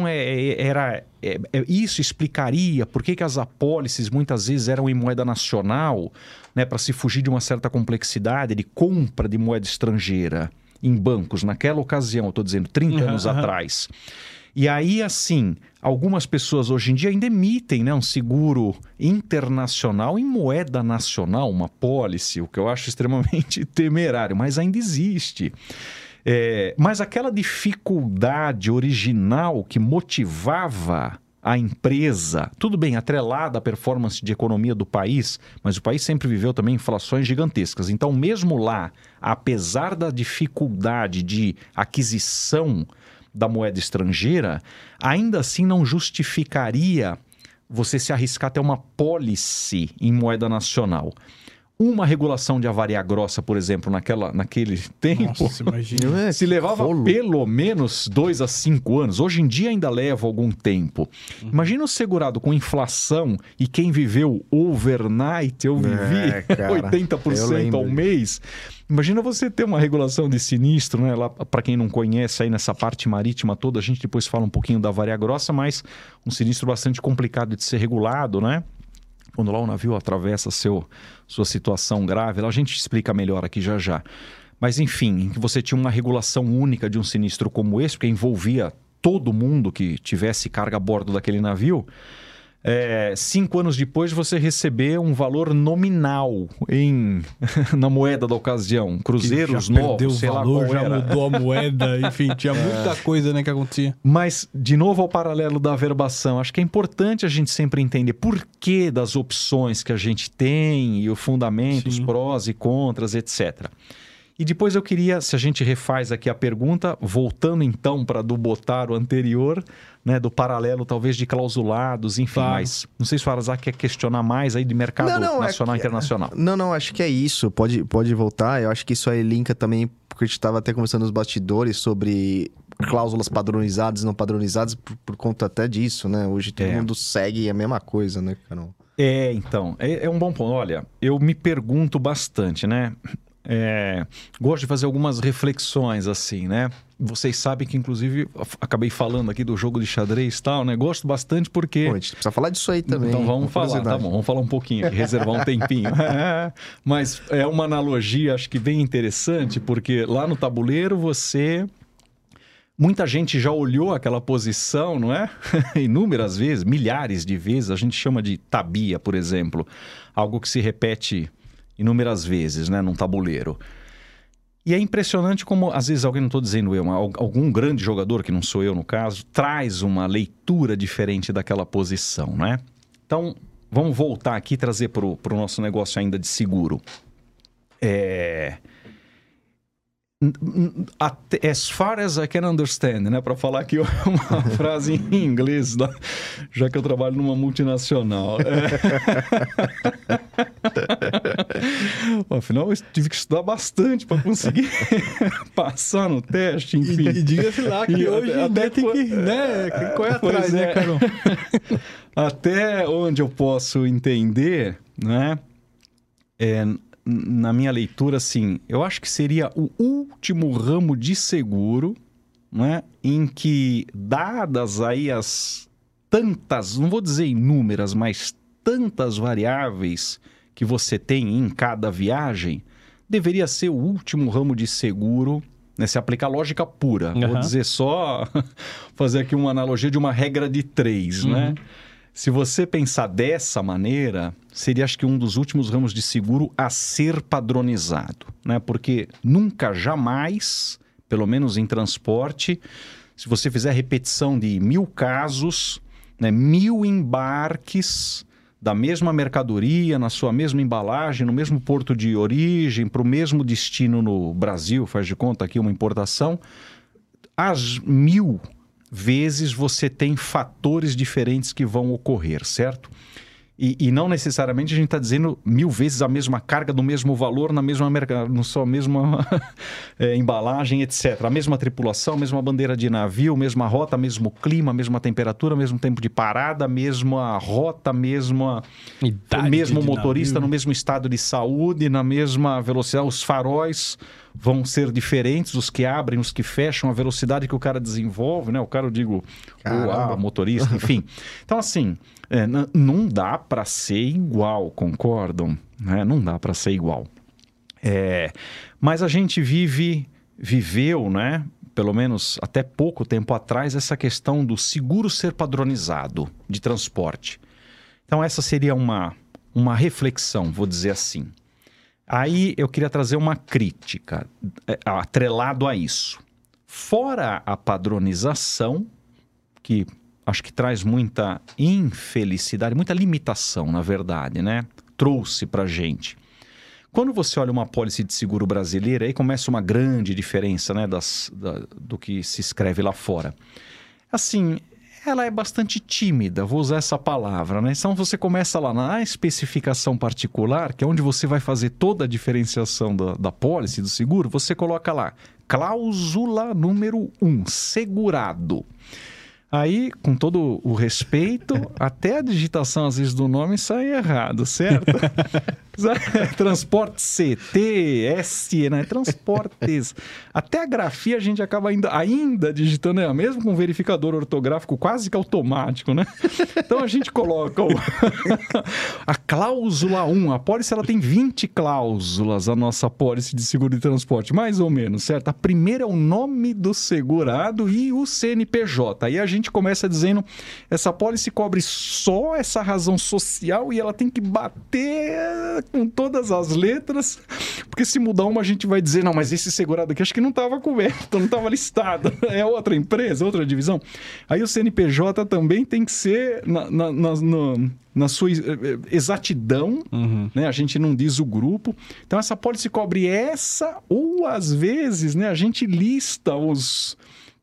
isso explicaria por que as apólices muitas vezes eram em moeda nacional, né, para se fugir de uma certa complexidade de compra de moeda estrangeira em bancos, naquela ocasião, eu estou dizendo 30 anos atrás. E aí, assim, algumas pessoas hoje em dia ainda emitem, né, um seguro internacional em moeda nacional, uma pólice, o que eu acho extremamente temerário, mas ainda existe. Mas aquela dificuldade original que motivava a empresa, tudo bem, atrelada à performance de economia do país, mas o país sempre viveu também inflações gigantescas. Então, mesmo lá, apesar da dificuldade de aquisição da moeda estrangeira, ainda assim não justificaria você se arriscar até uma pólice em moeda nacional. Uma regulação de avaria grossa, por exemplo, naquele tempo, Nossa, imagina. se levava pelo menos 2 a 5 anos. Hoje em dia ainda leva algum tempo. Imagina o segurado com inflação e quem viveu overnight, eu vivi cara, 80% ao mês. Imagina você ter uma regulação de sinistro, né? Lá, para quem não conhece, aí nessa parte marítima toda, a gente depois fala um pouquinho da avaria grossa, mas um sinistro bastante complicado de ser regulado, né? Quando lá o navio atravessa sua situação grave, lá a gente explica melhor aqui já já. Mas enfim, que você tinha uma regulação única de um sinistro como esse, porque envolvia todo mundo que tivesse carga a bordo daquele navio. 5 anos depois você receber um valor nominal na moeda da ocasião. Cruzeiros novos, sei lá qual era. Já mudou a moeda, enfim, tinha muita coisa, né, que acontecia. Mas, de novo, ao paralelo da averbação, acho que é importante a gente sempre entender por que das opções que a gente tem e o fundamento, os prós e contras, etc. E depois eu queria, se a gente refaz aqui a pergunta, voltando então para do Botaro anterior, né, do paralelo talvez de clausulados, enfim, mas não sei se o Arazaki quer questionar mais aí de mercado nacional e internacional. Não, acho que é isso, pode voltar, eu acho que isso aí linka também, porque a gente estava até conversando nos bastidores sobre cláusulas padronizadas e não padronizadas por conta até disso, né? Hoje todo mundo segue a mesma coisa, né, Carol? Então, é um bom ponto. Olha, eu me pergunto bastante, né? Gosto de fazer algumas reflexões assim, né? Vocês sabem que, inclusive, acabei falando aqui do jogo de xadrez e tal, né? Gosto bastante porque... Pô, a gente precisa falar disso aí também. Então vamos falar, tá bom, vamos falar um pouquinho aqui, reservar um tempinho. Mas é uma analogia, acho que bem interessante, porque lá no tabuleiro muita gente já olhou aquela posição, não é? Inúmeras vezes, milhares de vezes, a gente chama de tabia, por exemplo. Algo que se repete inúmeras vezes, né, num tabuleiro. E é impressionante como, às vezes, alguém, não estou dizendo eu, algum grande jogador, que não sou eu no caso, traz uma leitura diferente daquela posição, né? Então, vamos voltar aqui e trazer para o nosso negócio ainda de seguro. As far as I can understand, né? Para falar aqui uma frase em inglês, já que eu trabalho numa multinacional. Afinal, eu tive que estudar bastante para conseguir passar no teste, enfim. E diga-se lá que hoje até tem que, né? Corre atrás, né, Carol? Até onde eu posso entender, né? Na minha leitura, assim, eu acho que seria o último ramo de seguro, né, em que, dadas aí as tantas, não vou dizer inúmeras, mas tantas variáveis que você tem em cada viagem, deveria ser o último ramo de seguro, né, se aplicar lógica pura. Vou dizer só, fazer aqui uma analogia de uma regra de 3, né? Se você pensar dessa maneira, seria acho que um dos últimos ramos de seguro a ser padronizado, né? Porque nunca, jamais, pelo menos em transporte, se você fizer repetição de 1000 casos, né, 1000 embarques da mesma mercadoria, na sua mesma embalagem, no mesmo porto de origem, para o mesmo destino no Brasil, faz de conta aqui uma importação, as 1000 vezes você tem fatores diferentes que vão ocorrer, certo? E não necessariamente a gente está dizendo 1000 vezes a mesma carga do mesmo valor na mesma embalagem, etc. A mesma tripulação, a mesma bandeira de navio, mesma rota, mesmo clima, mesma temperatura, mesmo tempo de parada, mesma rota, mesmo motorista navio, no mesmo estado de saúde, na mesma velocidade. Os faróis vão ser diferentes, os que abrem, os que fecham, a velocidade que o cara desenvolve, né? O cara, eu digo, o motorista, enfim. Então, assim, não dá para ser igual, concordam? Né? Não dá para ser igual. Mas a gente viveu, né? pelo menos até pouco tempo atrás, essa questão do seguro ser padronizado de transporte. Então essa seria uma reflexão, vou dizer assim. Aí eu queria trazer uma crítica atrelado a isso. Fora a padronização, que acho que traz muita infelicidade, muita limitação, na verdade, né? Trouxe pra gente. Quando você olha uma apólice de seguro brasileira, aí começa uma grande diferença, né, do que se escreve lá fora. Assim, ela é bastante tímida, vou usar essa palavra, né? Então você começa lá na especificação particular, que é onde você vai fazer toda a diferenciação da apólice, do seguro, você coloca lá, cláusula número 1, segurado. Aí, com todo o respeito, até a digitação às vezes do nome sai errado, certo? Transporte CT, S, né? Transportes. Até a grafia a gente acaba ainda digitando, mesmo com verificador ortográfico quase que automático, né? Então a gente coloca a cláusula 1. A apólice ela tem 20 cláusulas, a nossa apólice de seguro de transporte, mais ou menos, certo? A primeira é o nome do segurado e o CNPJ. Aí a gente começa dizendo, essa apólice cobre só essa razão social e ela tem que bater com todas as letras, porque se mudar uma a gente vai dizer, não, mas esse segurado aqui acho que não estava coberto, não estava listado, é outra empresa, outra divisão. Aí o CNPJ também tem que ser na sua exatidão, né? A gente não diz o grupo. Então essa apólice cobre essa, ou às vezes, né, a gente lista os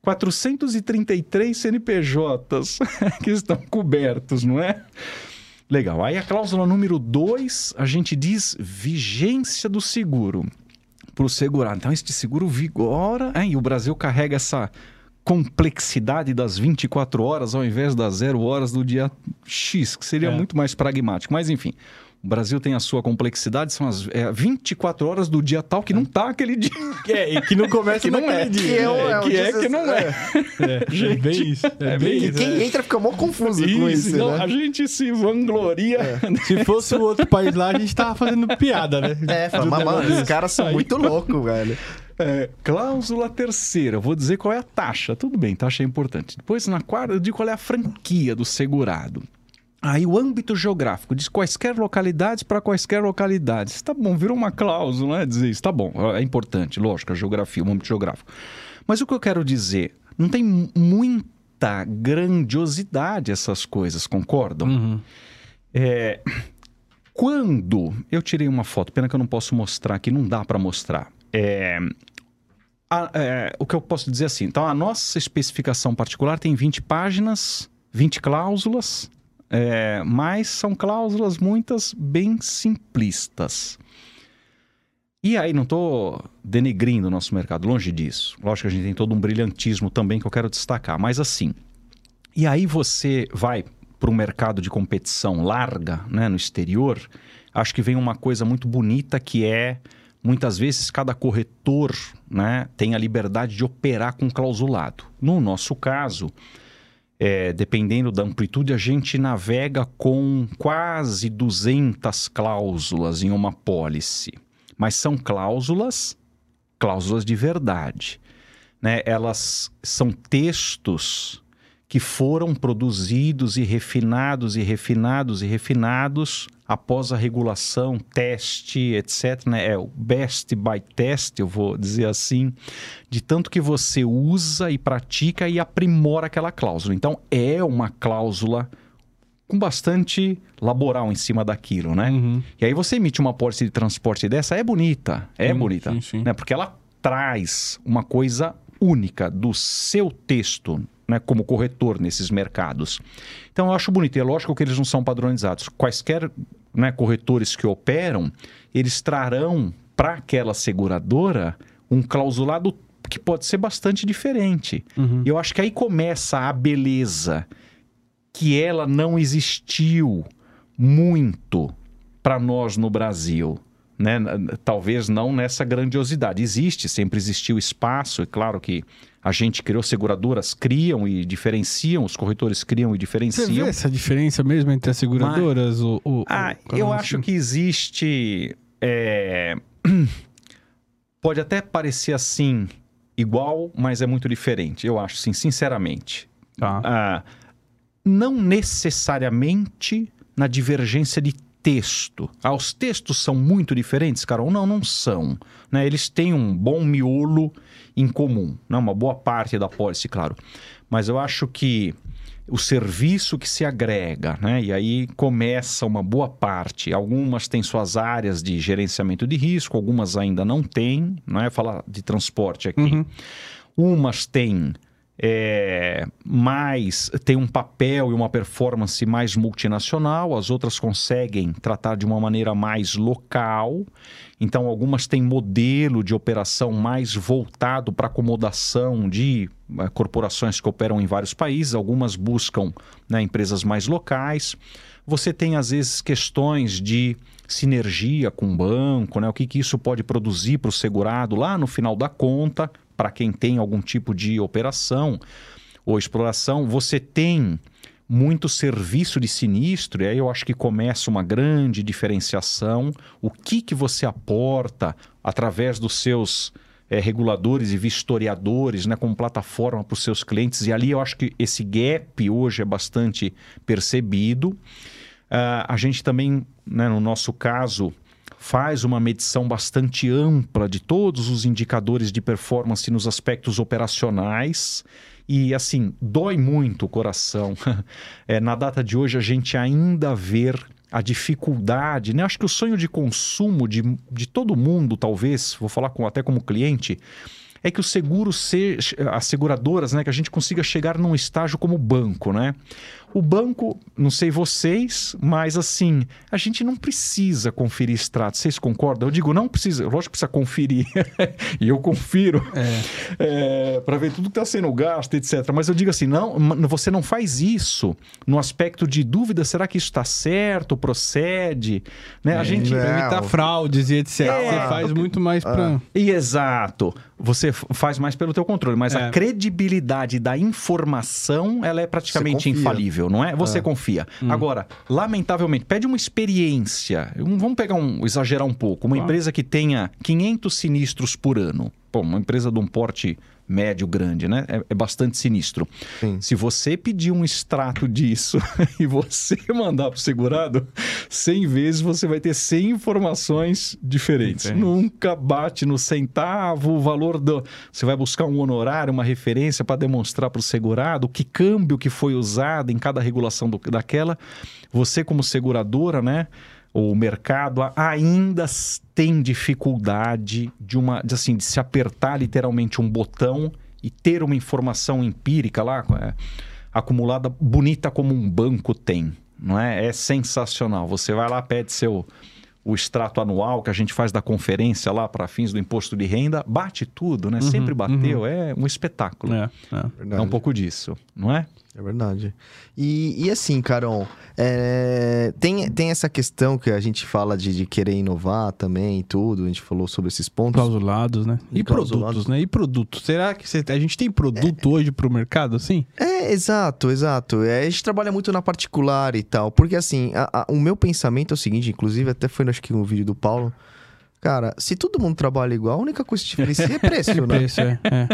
433 CNPJs que estão cobertos, não é? Legal. Aí a cláusula número 2, a gente diz vigência do seguro para o segurado. Então, este seguro vigora, e o Brasil carrega essa complexidade das 24 horas ao invés das 0 horas do dia X, que seria muito mais pragmático. Mas, enfim, o Brasil tem a sua complexidade, são as 24 horas do dia tal que não tá aquele dia. E que não começa que não é. dia. Que não é. É bem isso. É bem E isso. quem entra fica mó confuso com isso, Então, né? a gente se vangloria. Se fosse o outro país lá, a gente tava fazendo piada, né? Fala, mas, mano, os caras são muito loucos, velho. Cláusula terceira, vou dizer qual é a taxa. Tudo bem, taxa é importante. Depois, na quarta, eu digo qual é a franquia do segurado. Aí o âmbito geográfico, diz quaisquer localidades para quaisquer localidades. Tá bom, virou uma cláusula, né? Dizer isso, tá bom, é importante, lógico, a geografia, o âmbito geográfico. Mas o que eu quero dizer, não tem muita grandiosidade essas coisas, concordam? Quando eu tirei uma foto, pena que eu não posso mostrar aqui, não dá para mostrar. O que eu posso dizer assim, então a nossa especificação particular tem 20 páginas, 20 cláusulas, mas são cláusulas muitas bem simplistas. E aí não estou denegrindo o nosso mercado, longe disso. Lógico que a gente tem todo um brilhantismo também que eu quero destacar, mas assim, e aí você vai para um mercado de competição larga, né, no exterior, acho que vem uma coisa muito bonita que é, muitas vezes, cada corretor, né, tem a liberdade de operar com clausulado. No nosso caso, dependendo da amplitude, a gente navega com quase 200 cláusulas em uma apólice. Mas são cláusulas de verdade, né? Elas são textos que foram produzidos e refinados após a regulação, teste, etc. Né? É o best by test, eu vou dizer assim, de tanto que você usa e pratica e aprimora aquela cláusula. Então, é uma cláusula com bastante laboral em cima daquilo, né? E aí você emite uma apólice de transporte dessa, é bonita, sim. Né? Porque ela traz uma coisa única do seu texto, né, como corretor nesses mercados. Então, eu acho bonito. E é lógico que eles não são padronizados. Quaisquer, né, corretores que operam, eles trarão para aquela seguradora um clausulado que pode ser bastante diferente. E eu acho que aí começa a beleza, que ela não existiu muito para nós no Brasil. Né? Talvez não nessa grandiosidade. Existe, sempre existiu espaço. É claro que a gente criou, seguradoras criam e diferenciam, os corretores criam e diferenciam. Você vê essa diferença mesmo entre as seguradoras? Eu acho que existe... Pode até parecer assim, igual, mas é muito diferente. Eu acho, sim, sinceramente. Tá. Não necessariamente na divergência de texto. Os textos são muito diferentes, Carol? Não são. Né? Eles têm um bom miolo em comum, né? Uma boa parte da policy, claro. Mas eu acho que o serviço que se agrega, né? E aí começa uma boa parte. Algumas têm suas áreas de gerenciamento de risco, algumas ainda não têm. Não é falar de transporte aqui. Uhum. Umas têm tem um papel e uma performance mais multinacional, as outras conseguem tratar de uma maneira mais local. Então, algumas têm modelo de operação mais voltado para acomodação de corporações que operam em vários países, algumas buscam, né, empresas mais locais. Você tem, às vezes, questões de sinergia com o banco, né? O que isso pode produzir para o segurado lá no final da conta, para quem tem algum tipo de operação ou exploração. Você tem muito serviço de sinistro, e aí eu acho que começa uma grande diferenciação. O que você aporta através dos seus reguladores e vistoriadores, né, como plataforma para os seus clientes, e ali eu acho que esse gap hoje é bastante percebido. A gente também, né, no nosso caso, faz uma medição bastante ampla de todos os indicadores de performance nos aspectos operacionais e, assim, dói muito o coração. Na data de hoje, a gente ainda vê a dificuldade, né? Acho que o sonho de consumo de todo mundo, talvez, vou falar até como cliente, é que o seguro as seguradoras, né, que a gente consiga chegar num estágio como o banco, né? O banco, não sei vocês, mas assim, a gente não precisa conferir extrato. Vocês concordam? Eu digo, não precisa, lógico que precisa conferir. E eu confiro para ver tudo que está sendo gasto, etc. Mas eu digo assim, não, você não faz isso no aspecto de dúvida, será que isso está certo, procede? Né? A gente Para evitar fraudes e etc. Você faz muito mais para... Exato. Você faz mais pelo teu controle, mas a credibilidade da informação, ela é praticamente infalível, não é? Você confia. Agora, lamentavelmente, pede uma experiência. Vamos exagerar um pouco. Uma empresa que tenha 500 sinistros por ano. Pô, uma empresa de um porte médio, grande, né? É bastante sinistro. Sim. Se você pedir um extrato disso e você mandar para o segurado, 100 vezes você vai ter 100 informações diferentes. Nunca bate no centavo o valor do... Você vai buscar um honorário, uma referência para demonstrar para o segurado que câmbio que foi usado em cada regulação daquela. Você, como seguradora, né? O mercado ainda tem dificuldade de se apertar literalmente um botão e ter uma informação empírica lá, acumulada, bonita como um banco tem. Não é? É sensacional. Você vai lá, pede o extrato anual que a gente faz da conferência lá para fins do imposto de renda, bate tudo, né? Sempre bateu, é um espetáculo. É um pouco disso, não é? É verdade. E assim, Carol, tem essa questão que a gente fala de querer inovar também e tudo, a gente falou sobre esses pontos. Clausulados, né? E produtos, né? E produtos. Será que a gente tem produto hoje para o mercado, assim? Exato. A gente trabalha muito na particular e tal, porque assim, o meu pensamento é o seguinte, inclusive até foi, acho que um vídeo do Paulo, cara, se todo mundo trabalha igual, a única coisa que diferencia é preço, né? Preço,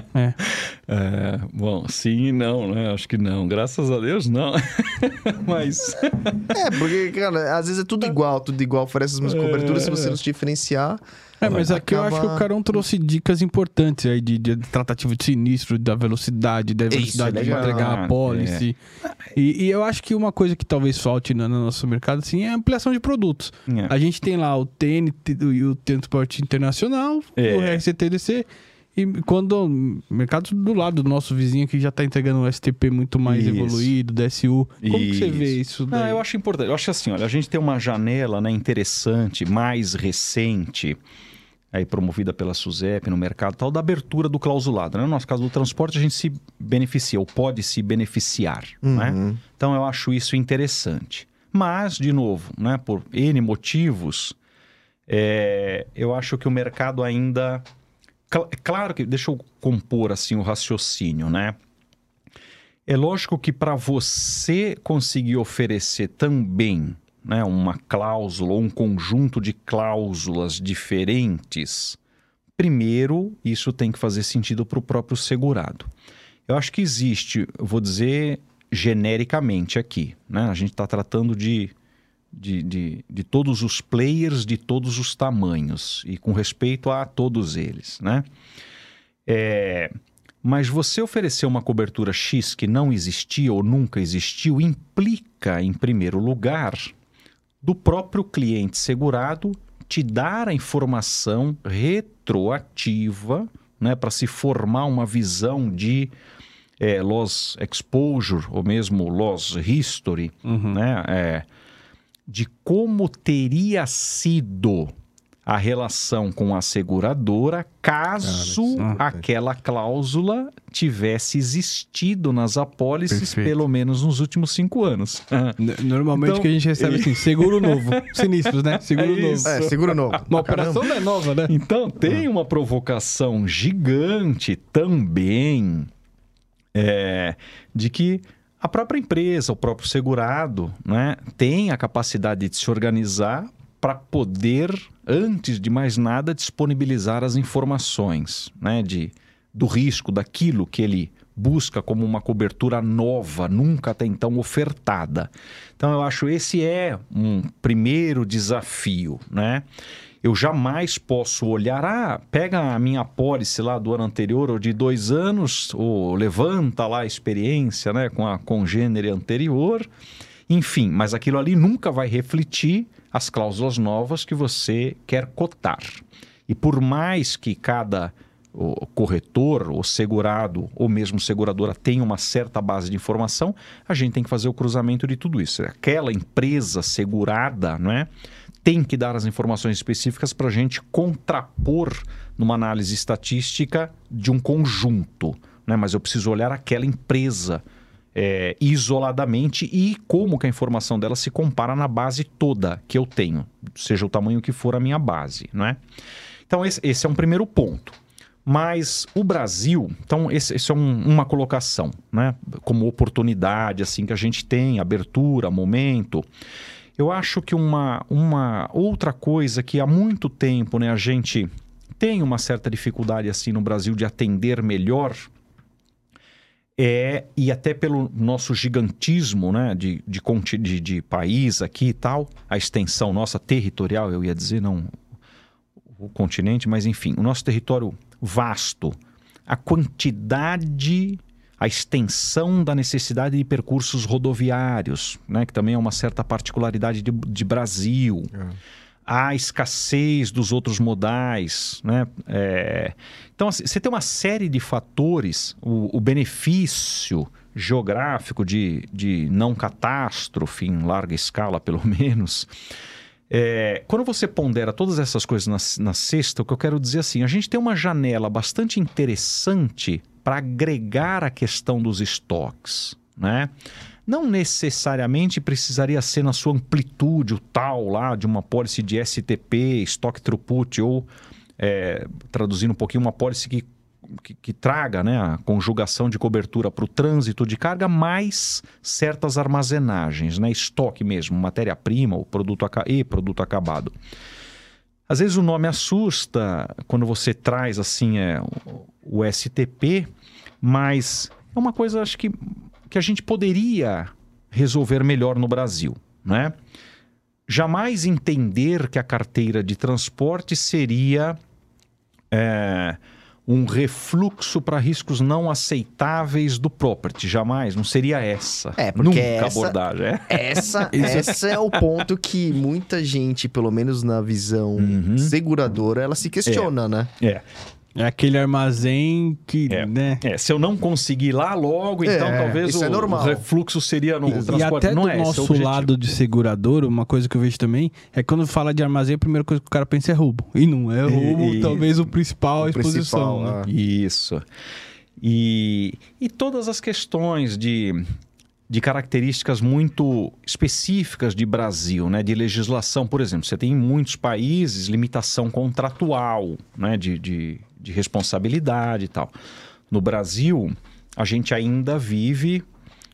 bom, sim e não, né? Acho que não. Graças a Deus, não. Mas... porque, cara, às vezes é tudo igual, oferece as mesmas coberturas, se você não se diferenciar... mas aqui eu acho que o Carão trouxe dicas importantes aí de tratativa de sinistro, da velocidade de entregar a policy. E eu acho que uma coisa que talvez falte no nosso mercado, assim, é a ampliação de produtos. A gente tem lá o TNT e o Transporte Internacional, o RCTDC, e quando o mercado do lado do nosso vizinho que já está entregando um STP muito mais evoluído, DSU, como que você vê isso daí? Eu acho importante. Eu acho assim, olha, a gente tem uma janela, né, interessante, mais recente, aí promovida pela SUSEP no mercado, tal, da abertura do clausulado. Né? No nosso caso do transporte, a gente se beneficia, ou pode se beneficiar. Né? Então, eu acho isso interessante. Mas, de novo, né, por N motivos, eu acho que o mercado ainda... Claro que... Deixa eu compor assim, o raciocínio, né? É lógico que para você conseguir oferecer também, né, uma cláusula ou um conjunto de cláusulas diferentes primeiro, isso tem que fazer sentido para o próprio segurado. Eu acho que existe, eu vou dizer genericamente aqui, né? A gente está tratando de todos os players de todos os tamanhos e com respeito a todos eles, né? Mas você oferecer uma cobertura X que não existia ou nunca existiu implica, em primeiro lugar, do próprio cliente segurado te dar a informação retroativa, né, para se formar uma visão de loss exposure ou mesmo loss history, né, de como teria sido a relação com a seguradora caso aquela cláusula tivesse existido nas apólices pelo menos nos últimos 5 anos. Normalmente Então, que a gente recebe assim, seguro novo. Sinistros, né? Seguro novo. Seguro novo. Uma operação não é nova, né? Então, tem uma provocação gigante também de que a própria empresa, o próprio segurado, né, tem a capacidade de se organizar para poder, antes de mais nada, disponibilizar as informações, né, do risco, daquilo que ele busca como uma cobertura nova, nunca até então ofertada. Então, eu acho esse é um primeiro desafio, né? Eu jamais posso olhar, pega a minha apólice lá do ano anterior ou de 2 anos, ou levanta lá a experiência, né, com a congênere anterior, enfim, mas aquilo ali nunca vai refletir as cláusulas novas que você quer cotar. E por mais que cada corretor, ou segurado, ou mesmo seguradora tenha uma certa base de informação, a gente tem que fazer o cruzamento de tudo isso. Aquela empresa segurada, não é, tem que dar as informações específicas para a gente contrapor numa análise estatística de um conjunto, né? Mas eu preciso olhar aquela empresa isoladamente e como que a informação dela se compara na base toda que eu tenho, seja o tamanho que for a minha base, não é? Então esse é um primeiro ponto. Mas o Brasil, então esse é uma colocação, né? Como oportunidade assim que a gente tem, abertura, momento. Eu acho que uma outra coisa que há muito tempo, né, a gente tem uma certa dificuldade assim no Brasil de atender melhor e até pelo nosso gigantismo, né, de país aqui e tal, a extensão nossa territorial, eu ia dizer, não o continente, mas enfim, o nosso território vasto, a quantidade, a extensão da necessidade de percursos rodoviários, né, que também é uma certa particularidade de Brasil, a escassez dos outros modais, né? Então, assim, você tem uma série de fatores, o benefício geográfico de não catástrofe em larga escala, pelo menos. Quando você pondera todas essas coisas na cesta, o que eu quero dizer assim, a gente tem uma janela bastante interessante para agregar a questão dos estoques, né? Não necessariamente precisaria ser na sua amplitude o tal lá de uma apólice de STP, Stock Throughput, ou traduzindo um pouquinho, uma apólice que traga, né, a conjugação de cobertura para o trânsito de carga, mais certas armazenagens, né, estoque mesmo, matéria-prima, o produto acabado. Às vezes o nome assusta quando você traz assim o STP, mas é uma coisa, acho que a gente poderia resolver melhor no Brasil, né? Jamais entender que a carteira de transporte seria um refluxo para riscos não aceitáveis do property. Jamais, não seria essa. Porque nunca abordagem. Esse é o ponto que muita gente, pelo menos na visão seguradora, ela se questiona, né? É aquele armazém que, né? Se eu não conseguir lá logo, então talvez o refluxo seria no transporte. E até não do nosso lado de segurador, uma coisa que eu vejo também é que quando fala de armazém, a primeira coisa que o cara pensa é roubo. E não é roubo, talvez a exposição. Principal, né? Isso. E todas as questões de características muito específicas de Brasil, né? De legislação, por exemplo. Você tem em muitos países limitação contratual, né? De responsabilidade e tal. No Brasil, a gente ainda vive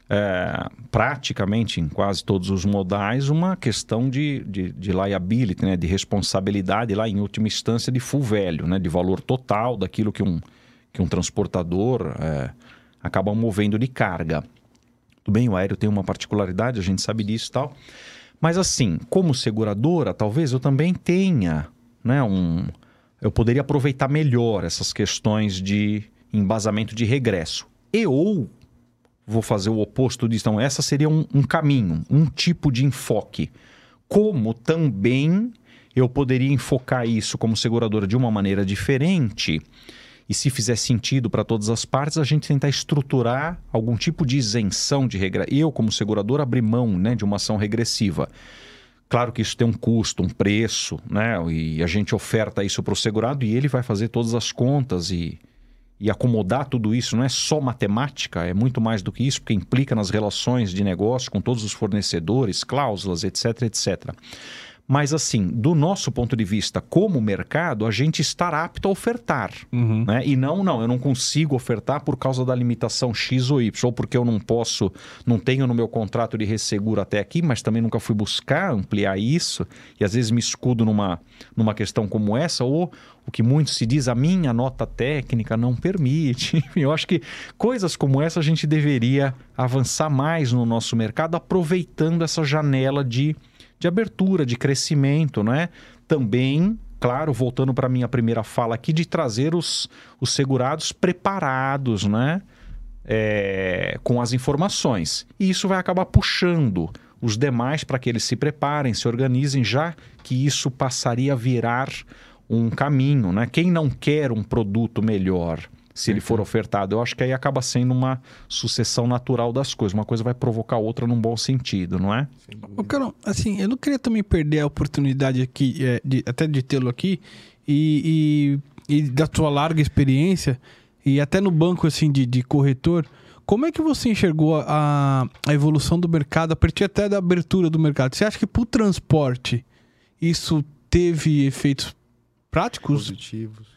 praticamente em quase todos os modais, uma questão de liability, né? De responsabilidade lá em última instância de full value, né? De valor total daquilo que um transportador acaba movendo de carga. Tudo bem, o aéreo tem uma particularidade, a gente sabe disso e tal. Mas assim, como seguradora, talvez eu também tenha, né, eu poderia aproveitar melhor essas questões de embasamento de regresso. Ou vou fazer o oposto disso. Então, essa seria um caminho, um tipo de enfoque. Como também eu poderia enfocar isso como seguradora de uma maneira diferente, e se fizer sentido para todas as partes, a gente tentar estruturar algum tipo de isenção de regra. Eu, como segurador, abrir mão, né, de uma ação regressiva. Claro que isso tem um custo, um preço, né? E a gente oferta isso para o segurado e ele vai fazer todas as contas e acomodar tudo isso. Não é só matemática, é muito mais do que isso, porque implica nas relações de negócio com todos os fornecedores, cláusulas, etc, etc. Mas assim, do nosso ponto de vista como mercado, a gente está apto a ofertar. Né? E não, eu não consigo ofertar por causa da limitação X ou Y, ou porque eu não tenho no meu contrato de resseguro até aqui, mas também nunca fui buscar ampliar isso, e às vezes me escudo numa questão como essa, ou o que muito se diz, a minha nota técnica não permite. Eu acho que coisas como essa a gente deveria avançar mais no nosso mercado, aproveitando essa janela de abertura, de crescimento, né? Também, claro, voltando para a minha primeira fala aqui, de trazer os segurados preparados, né? Com as informações. E isso vai acabar puxando os demais para que eles se preparem, se organizem, já que isso passaria a virar um caminho, né? Quem não quer um produto melhor, se ele for ofertado, eu acho que aí acaba sendo uma sucessão natural das coisas. Uma coisa vai provocar a outra num bom sentido, não é? Carol, assim, eu não queria também perder a oportunidade aqui, até de tê-lo aqui, e da sua larga experiência, e até no banco assim, de corretor, como é que você enxergou a evolução do mercado, a partir até da abertura do mercado? Você acha que para o transporte isso teve efeitos práticos? Positivos.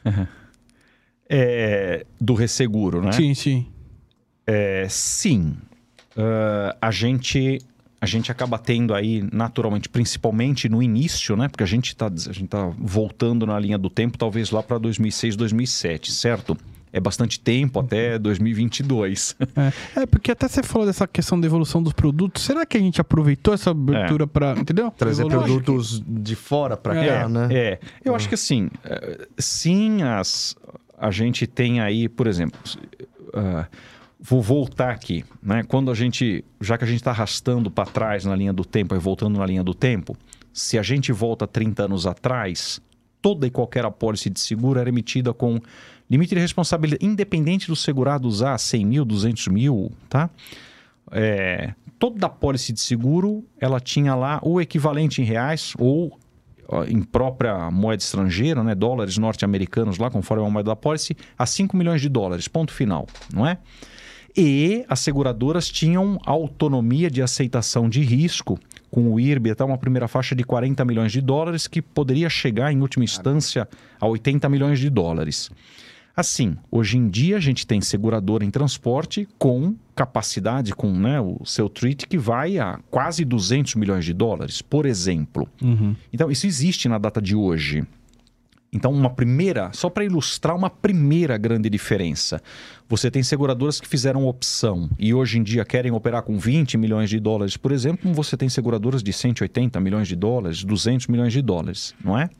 Do resseguro, né? Sim, sim. Sim. A gente acaba tendo aí, naturalmente, principalmente no início, né? Porque a gente tá voltando na linha do tempo, talvez lá para 2006, 2007, certo? É bastante tempo, até 2022. Porque até você falou dessa questão da evolução dos produtos. Será que a gente aproveitou essa abertura para, entendeu? Trazer produtos de fora para cá, né? Eu acho que assim, sim, a gente tem aí, por exemplo, vou voltar aqui, né? Quando já que a gente está arrastando para trás na linha do tempo e voltando na linha do tempo, se a gente volta 30 anos atrás, toda e qualquer apólice de seguro era emitida com limite de responsabilidade, independente do segurado usar 100 mil, 200 mil, tá? Toda apólice de seguro, ela tinha lá o equivalente em reais ou em própria moeda estrangeira, né, dólares norte-americanos lá, conforme a moeda da apólice, a 5 milhões de dólares, ponto final, não é? E as seguradoras tinham autonomia de aceitação de risco, com o IRB até uma primeira faixa de 40 milhões de dólares, que poderia chegar, em última instância, a 80 milhões de dólares. Assim, hoje em dia a gente tem seguradora em transporte com capacidade, com, né, o seu treaty que vai a quase 200 milhões de dólares, por exemplo. Então, isso existe na data de hoje. Então, só para ilustrar uma primeira grande diferença. Você tem seguradoras que fizeram opção e hoje em dia querem operar com 20 milhões de dólares, por exemplo, como você tem seguradoras de 180 milhões de dólares, 200 milhões de dólares, não é?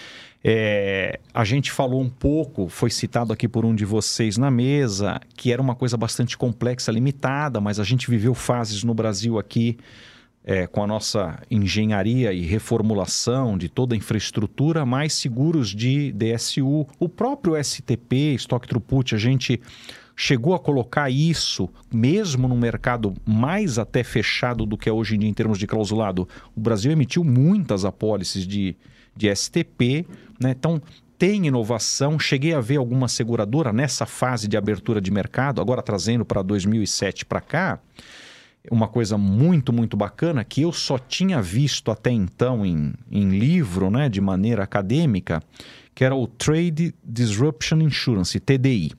A gente falou um pouco, foi citado aqui por um de vocês na mesa, que era uma coisa bastante complexa, limitada, mas a gente viveu fases no Brasil aqui com a nossa engenharia e reformulação de toda a infraestrutura, mais seguros de DSU. O próprio STP, Stock Throughput, a gente chegou a colocar isso, mesmo no mercado mais até fechado do que é hoje em dia em termos de clausulado. O Brasil emitiu muitas apólices de STP, né? Então tem inovação. Cheguei a ver alguma seguradora nessa fase de abertura de mercado, agora trazendo para 2007 para cá, uma coisa muito, muito bacana que eu só tinha visto até então em livro, né, de maneira acadêmica, que era o Trade Disruption Insurance, TDI.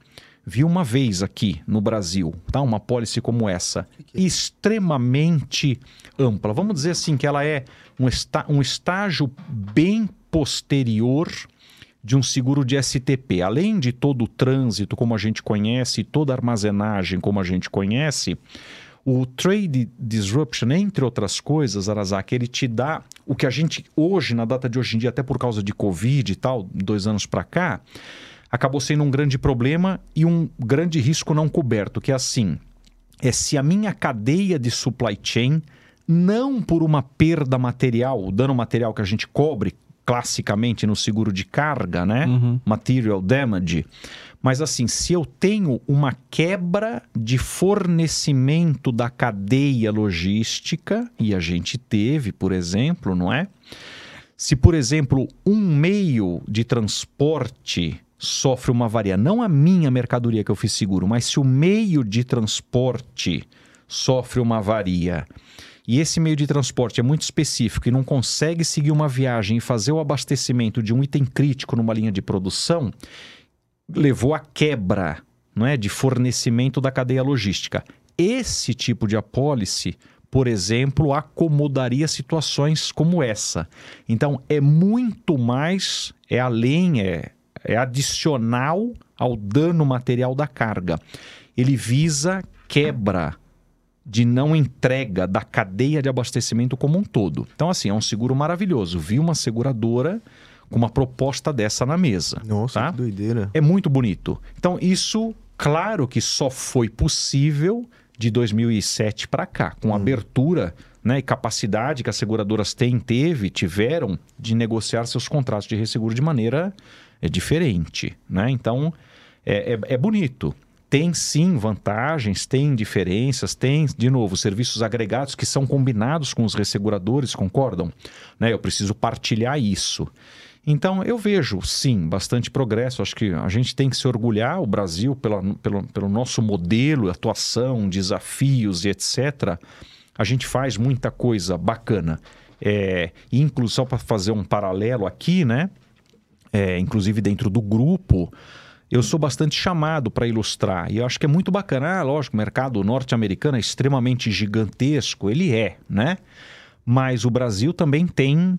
vi uma vez aqui no Brasil, tá? Uma apólice como essa, extremamente ampla. Vamos dizer assim que ela é um estágio bem posterior de um seguro de STP. Além de todo o trânsito como a gente conhece, toda a armazenagem como a gente conhece, o Trade Disruption, entre outras coisas, Arazaki, ele te dá o que a gente hoje, na data de hoje em dia, até por causa de Covid e tal, 2 anos para cá, acabou sendo um grande problema e um grande risco não coberto, que é assim, se a minha cadeia de supply chain, não por uma perda material, o dano material que a gente cobre classicamente no seguro de carga, né? Material damage. Mas assim, se eu tenho uma quebra de fornecimento da cadeia logística, e a gente teve, por exemplo, não é? Se, por exemplo, um meio de transporte sofre uma avaria, não a minha mercadoria que eu fiz seguro, mas se o meio de transporte sofre uma avaria e esse meio de transporte é muito específico e não consegue seguir uma viagem e fazer o abastecimento de um item crítico numa linha de produção, levou à quebra, não é, de fornecimento da cadeia logística. Esse tipo de apólice, por exemplo, acomodaria situações como essa. Então, é muito mais, é adicional ao dano material da carga. Ele visa quebra de não entrega da cadeia de abastecimento como um todo. Então, assim, é um seguro maravilhoso. Vi uma seguradora com uma proposta dessa na mesa. Nossa, tá? que doideira. É muito bonito. Então, isso, claro que só foi possível de 2007 para cá, com a abertura, né, e capacidade que as seguradoras tiveram de negociar seus contratos de resseguro de maneira diferente, né? Então, é bonito. Tem sim vantagens, tem diferenças, tem, de novo, serviços agregados que são combinados com os resseguradores, concordam? Né? Eu preciso partilhar isso. Então, eu vejo, sim, bastante progresso. Acho que a gente tem que se orgulhar, o Brasil, pelo nosso modelo, atuação, desafios e etc. A gente faz muita coisa bacana. Inclusive, só para fazer um paralelo aqui, né? Inclusive dentro do grupo, eu sou bastante chamado para ilustrar. E eu acho que é muito bacana. Lógico, o mercado norte-americano é extremamente gigantesco. Ele é, né? Mas o Brasil também tem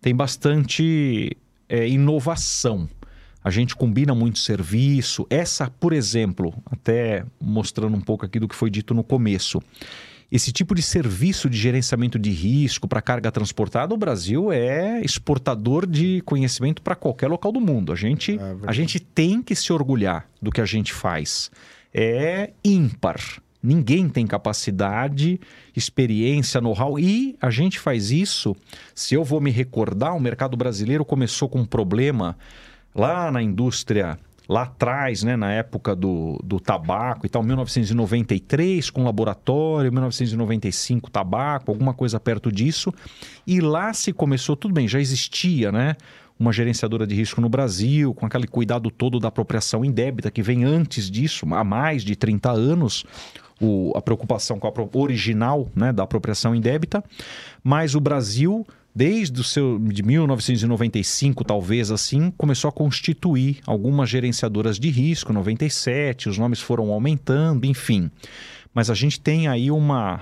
bastante inovação. A gente combina muito serviço. Essa, por exemplo, até mostrando um pouco aqui do que foi dito no começo. Esse tipo de serviço de gerenciamento de risco para carga transportada, o Brasil é exportador de conhecimento para qualquer local do mundo. A gente tem que se orgulhar do que a gente faz. É ímpar. Ninguém tem capacidade, experiência, know-how. E a gente faz isso, se eu vou me recordar, o mercado brasileiro começou com um problema lá na indústria, lá atrás, né, na época do tabaco e tal, 1993 com laboratório, 1995 tabaco, alguma coisa perto disso. E lá se começou, tudo bem, já existia, né, uma gerenciadora de risco no Brasil, com aquele cuidado todo da apropriação indébita que vem antes disso, há mais de 30 anos, a preocupação com a original, né, da apropriação indébita. Mas o Brasil, desde de 1995, talvez assim, começou a constituir algumas gerenciadoras de risco, 97, os nomes foram aumentando, enfim. Mas a gente tem aí uma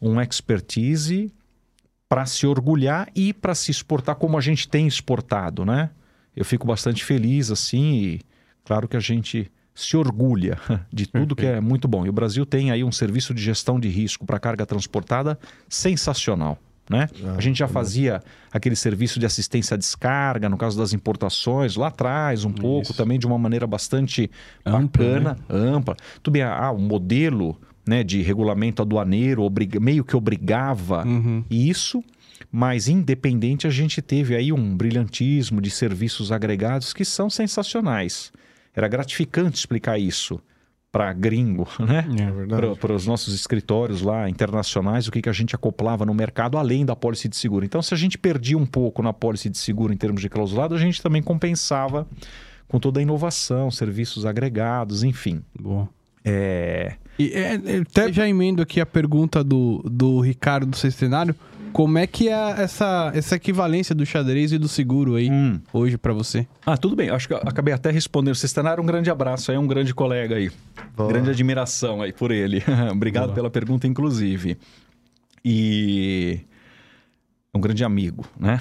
expertise para se orgulhar e para se exportar como a gente tem exportado, né? Eu fico bastante feliz assim e claro que a gente se orgulha de tudo que é muito bom. E o Brasil tem aí um serviço de gestão de risco para carga transportada sensacional. Né? A gente já fazia aquele serviço de assistência à descarga, no caso das importações, lá atrás, pouco, também de uma maneira bastante bacana, ampla. Tudo bem, o modelo, né, de regulamento aduaneiro meio que obrigava isso, mas independente a gente teve aí um brilhantismo de serviços agregados que são sensacionais. Era gratificante explicar isso para gringo, né? É verdade. Para os nossos escritórios lá internacionais, o que a gente acoplava no mercado além da apólice de seguro. Então, se a gente perdia um pouco na apólice de seguro em termos de clausulado, a gente também compensava com toda a inovação, serviços agregados, enfim. Bom. Até já emendo aqui a pergunta do Ricardo Centenário. Como é que é essa equivalência do xadrez e do seguro aí hoje pra você? Tudo bem. Acho que eu acabei até respondendo. Cesternaro, um grande abraço aí, um grande colega aí. Boa. Grande admiração aí por ele. Obrigado Boa. pela pergunta, inclusive. E é um grande amigo, né?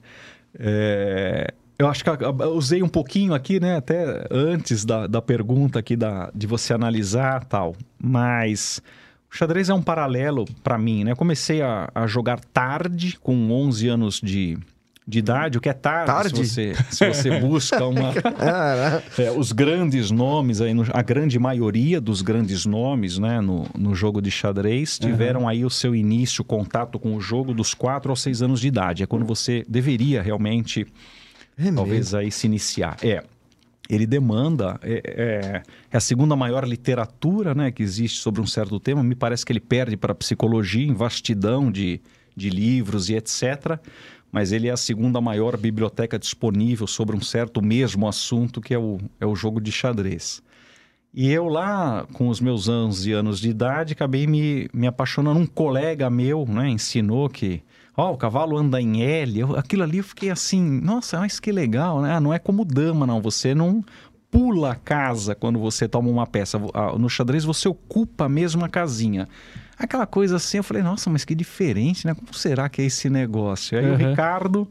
Eu acho que eu usei um pouquinho aqui, né? Até antes da pergunta aqui de você analisar tal. Mas o xadrez é um paralelo para mim, né? Eu comecei a jogar tarde, com 11 anos de idade, o que é tarde? Se você busca os grandes nomes, aí, a grande maioria dos grandes nomes, né, no jogo de xadrez, tiveram aí o seu início, contato com o jogo dos 4 aos 6 anos de idade. É quando você deveria realmente, talvez, aí se iniciar. Ele demanda, é a segunda maior literatura, né, que existe sobre um certo tema. Me parece que ele perde para a psicologia em vastidão de livros e etc., mas ele é a segunda maior biblioteca disponível sobre um certo mesmo assunto, que é o jogo de xadrez. E eu lá, com os meus 11 anos de idade, acabei me apaixonando. Um colega meu, né, ensinou que o cavalo anda em L. Aquilo ali eu fiquei assim, nossa, mas que legal, né? Não é como dama, não. Você não pula a casa quando você toma uma peça. No xadrez você ocupa a mesma casinha. Aquela coisa assim, eu falei, nossa, mas que diferente, né? Como será que é esse negócio? Aí o Ricardo,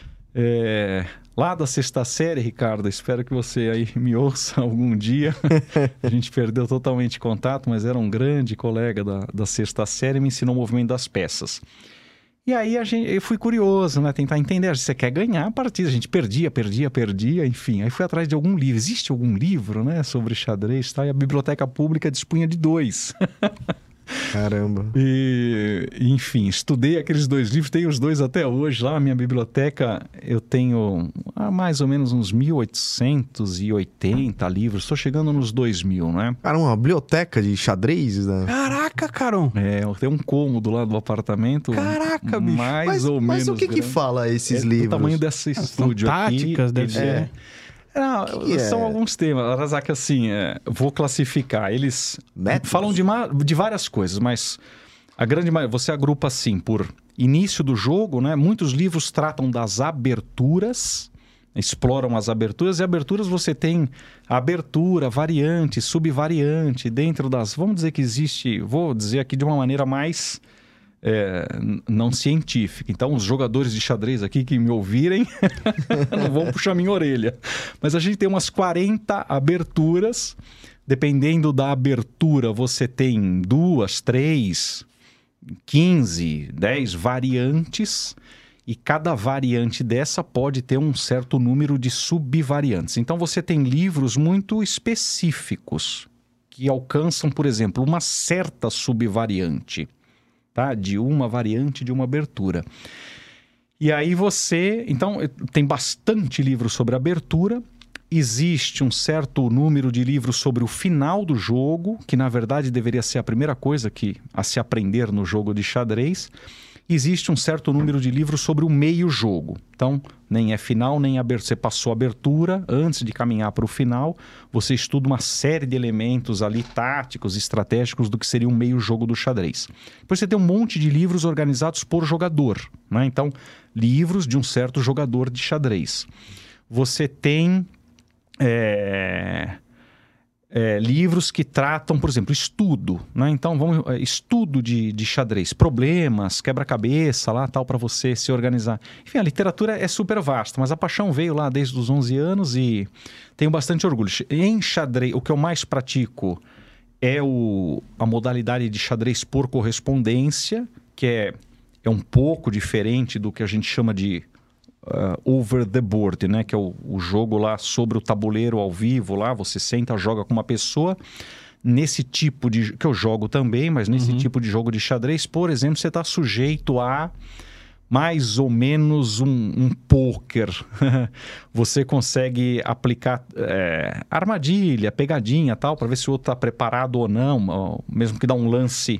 lá da 6ª série, Ricardo, espero que você aí me ouça algum dia. A gente perdeu totalmente contato, mas era um grande colega da 6ª série, me ensinou o movimento das peças. E aí eu fui curioso, né? Tentar entender. Você quer ganhar a partida. A gente perdia, enfim. Aí fui atrás de algum livro. Existe algum livro, né, sobre xadrez, tá? E a biblioteca pública dispunha de 2. Caramba. E, enfim, estudei aqueles 2 livros, tenho os 2 até hoje lá na minha biblioteca. Eu tenho mais ou menos uns 1880 livros, estou chegando nos 2000, né? Cara, uma biblioteca de xadrez, né? Caraca, Carol! Eu tenho um cômodo lá do apartamento. Caraca, bicho! Mas o que fala esses livros? O tamanho desse estúdio táticas, aqui, deve ser. São alguns temas, Arazaki, assim, vou classificar. Eles falam de várias coisas, mas a grande maioria, você agrupa assim, por início do jogo, né? Muitos livros tratam das aberturas, exploram as aberturas, e aberturas você tem abertura, variante, subvariante, dentro das... Vamos dizer que existe, vou dizer aqui de uma maneira mais... não científica. Então, os jogadores de xadrez aqui que me ouvirem não vão puxar minha orelha. Mas a gente tem umas 40 aberturas. Dependendo da abertura, você tem 2, 3, 15, 10 variantes. E cada variante dessa pode ter um certo número de subvariantes. Então, você tem livros muito específicos que alcançam, por exemplo, uma certa subvariante. Tá? De uma variante de uma abertura. E aí então, tem bastante livro sobre abertura. Existe um certo número de livros sobre o final do jogo, que na verdade deveria ser a primeira coisa a se aprender no jogo de xadrez. Existe um certo número de livros sobre o meio-jogo. Então, nem é final, nem abertura. Você passou a abertura, antes de caminhar para o final, você estuda uma série de elementos ali táticos, estratégicos do que seria um meio-jogo do xadrez. Depois você tem um monte de livros organizados por jogador, né? Então, livros de um certo jogador de xadrez. Você tem... livros que tratam, por exemplo, estudo, né? Então, estudo de xadrez, problemas, quebra-cabeça lá, tal, para você se organizar. Enfim, a literatura é super vasta, mas a paixão veio lá desde os 11 anos e tenho bastante orgulho. Em xadrez, o que eu mais pratico é a modalidade de xadrez por correspondência, que é um pouco diferente do que a gente chama de over the board, né? Que é o jogo lá sobre o tabuleiro ao vivo, lá você senta, joga com uma pessoa. Nesse tipo de... que eu jogo também, mas nesse tipo de jogo de xadrez, por exemplo, você está sujeito a mais ou menos um pôquer. Você consegue aplicar armadilha, pegadinha, tal, para ver se o outro está preparado ou não, mesmo que dá um lance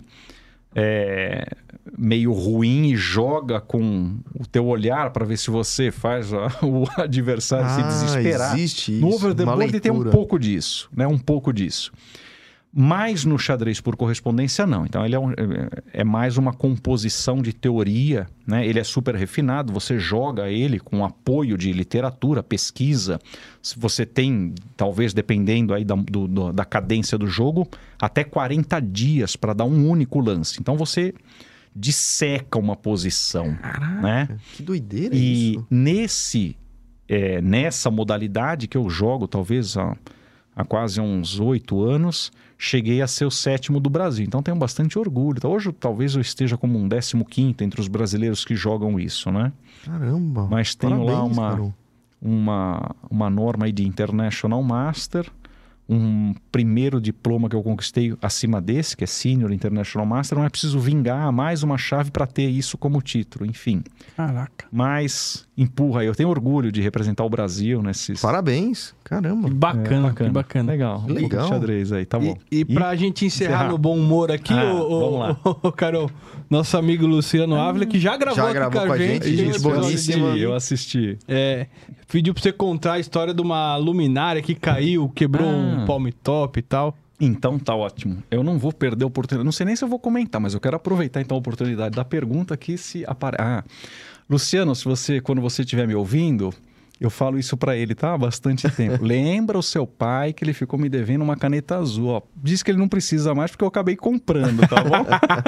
meio ruim e joga com o teu olhar para ver se você faz o adversário se desesperar. Existe isso, no over the board tem um pouco disso, né? Um pouco disso. Mas no xadrez por correspondência, não. Então, ele é mais uma composição de teoria, né? Ele é super refinado, você joga ele com apoio de literatura, pesquisa. Se você tem, talvez, dependendo aí da cadência do jogo, até 40 dias para dar um único lance. Então, você disseca uma posição. Caraca, né? Que doideira e isso. Nessa modalidade que eu jogo, talvez há quase uns 8 anos, cheguei a ser o 7º do Brasil. Então tenho bastante orgulho. Então, hoje talvez eu esteja como um 15º entre os brasileiros que jogam isso, né? Caramba. Mas tenho Parabéns, lá Carol. uma norma aí de International Master, um primeiro diploma que eu conquistei acima desse, que é Senior International Master. Não é preciso vingar mais uma chave para ter isso como título, enfim. Caraca. Mas empurra, eu tenho orgulho de representar o Brasil nesses... Parabéns. Caramba. Que bacana, que bacana. Legal. Um pouco de Legal. xadrez aí, tá bom. E pra gente encerrar no bom humor aqui, vamos lá. Carol, nosso amigo Luciano Ávila, que já gravou aqui com a gente. gente tem um episódio boníssima. dele. Eu assisti. Pediu pra você contar a história de uma luminária que caiu, quebrou um palm top e tal. Então tá ótimo. Eu não vou perder a oportunidade. Não sei nem se eu vou comentar, mas eu quero aproveitar então a oportunidade da pergunta que se aparece. Luciano, quando você estiver me ouvindo, eu falo isso pra ele, tá? Há bastante tempo. Lembra o seu pai que ele ficou me devendo uma caneta azul, ó. Diz que ele não precisa mais porque eu acabei comprando, tá bom?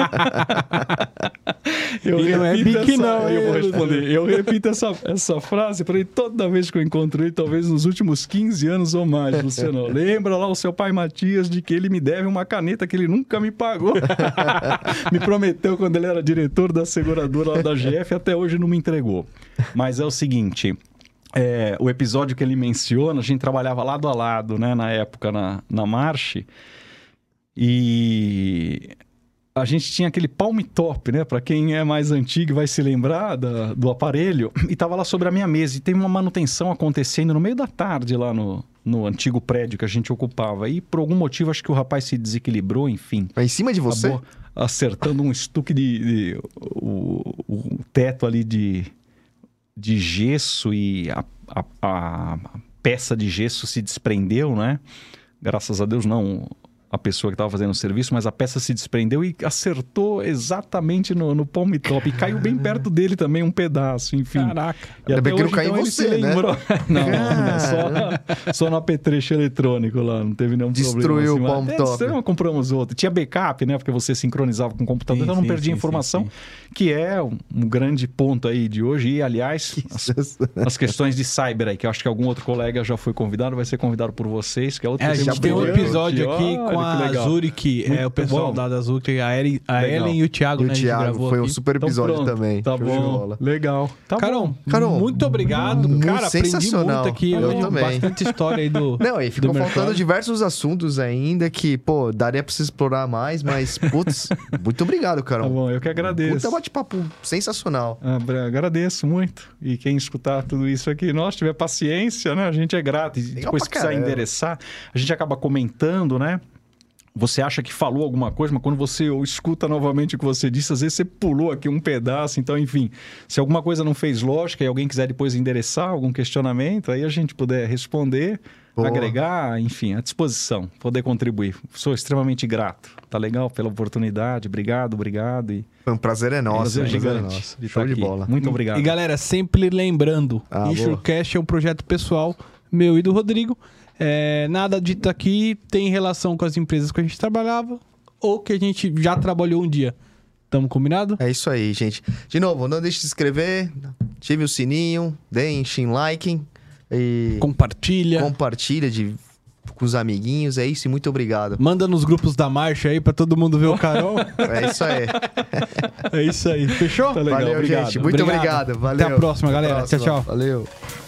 Ele não é bique, não. Eu vou responder. Eu repito essa frase pra ele toda vez que eu encontro ele, talvez nos últimos 15 anos ou mais, Luciano. Lembra lá o seu pai Matias de que ele me deve uma caneta que ele nunca me pagou. Me prometeu quando ele era diretor da seguradora lá da GF, até hoje não me entregou. Mas é o seguinte... o episódio que ele menciona, a gente trabalhava lado a lado, né, na época, na March, e a gente tinha aquele palm top, né, para quem é mais antigo vai se lembrar do aparelho, e tava lá sobre a minha mesa, e tem uma manutenção acontecendo no meio da tarde lá no antigo prédio que a gente ocupava, e por algum motivo acho que o rapaz se desequilibrou, enfim. Em cima de você? Acabou acertando um estuque o teto ali de gesso, e a peça de gesso se desprendeu, né? Graças a Deus não a pessoa que estava fazendo o serviço, mas a peça se desprendeu e acertou exatamente no palm top. E caiu bem perto dele também um pedaço, enfim. Caraca. E Ainda até bem que não hoje, caiu então, em ele você, se né? lembrou. Não, só no apetrecho eletrônico lá, não teve nenhum problema. Destruiu assim, o palm top. Nós compramos outro. Tinha backup, né? Porque você sincronizava com o computador, então não perdia informação, que é um grande ponto aí de hoje. E, aliás, as questões de cyber aí, que eu acho que algum outro colega já foi convidado, vai ser convidado por vocês, que é outro A gente tem um episódio aqui com a Zurich, o pessoal da Zurich, a Ellen e o Thiago, E né? o A gente Thiago, gravou foi aqui. um super Então, episódio pronto. também. Tá Show de bom, bola. legal. Tá Carol, Carol, muito obrigado, cara. Aprendi sensacional. muito aqui. Eu hoje, também. bastante história aí do Não, e ficou do faltando mercado. diversos assuntos ainda que, pô, daria pra você explorar mais, mas, putz, muito obrigado, Carol. Tá bom, eu que agradeço. Puta bate-papo sensacional. Agradeço muito. E quem escutar tudo isso aqui, nós tiver paciência, né? A gente é grato. E depois pra se precisar caramba. endereçar, a gente acaba comentando, né? Você acha que falou alguma coisa, mas quando você escuta novamente o que você disse, às vezes você pulou aqui um pedaço. Então, enfim, se alguma coisa não fez lógica e alguém quiser depois endereçar algum questionamento, aí a gente puder responder, Boa. agregar, enfim, à disposição, poder contribuir. Sou extremamente grato. Tá legal? Pela oportunidade. Obrigado. E Foi um prazer prazer nosso. um prazer gigante nosso. de Show estar de aqui. bola. Muito obrigado. E galera, sempre lembrando, Ah, InsureCast é um projeto pessoal meu e do Rodrigo. Nada dito aqui tem relação com as empresas que a gente trabalhava ou que a gente já trabalhou um dia. Tamo combinado? É isso aí, gente. De novo, não deixe de se inscrever, ative o sininho, deixem like e Compartilha. compartilha com os amiguinhos. É isso e muito obrigado. Manda nos grupos da marcha aí pra todo mundo ver o Carol. É isso aí. É isso aí. Fechou? Tá legal, Valeu, obrigado. gente. Muito obrigado. Valeu. Até a próxima, galera. Até a próxima. Tchau, tchau. Valeu.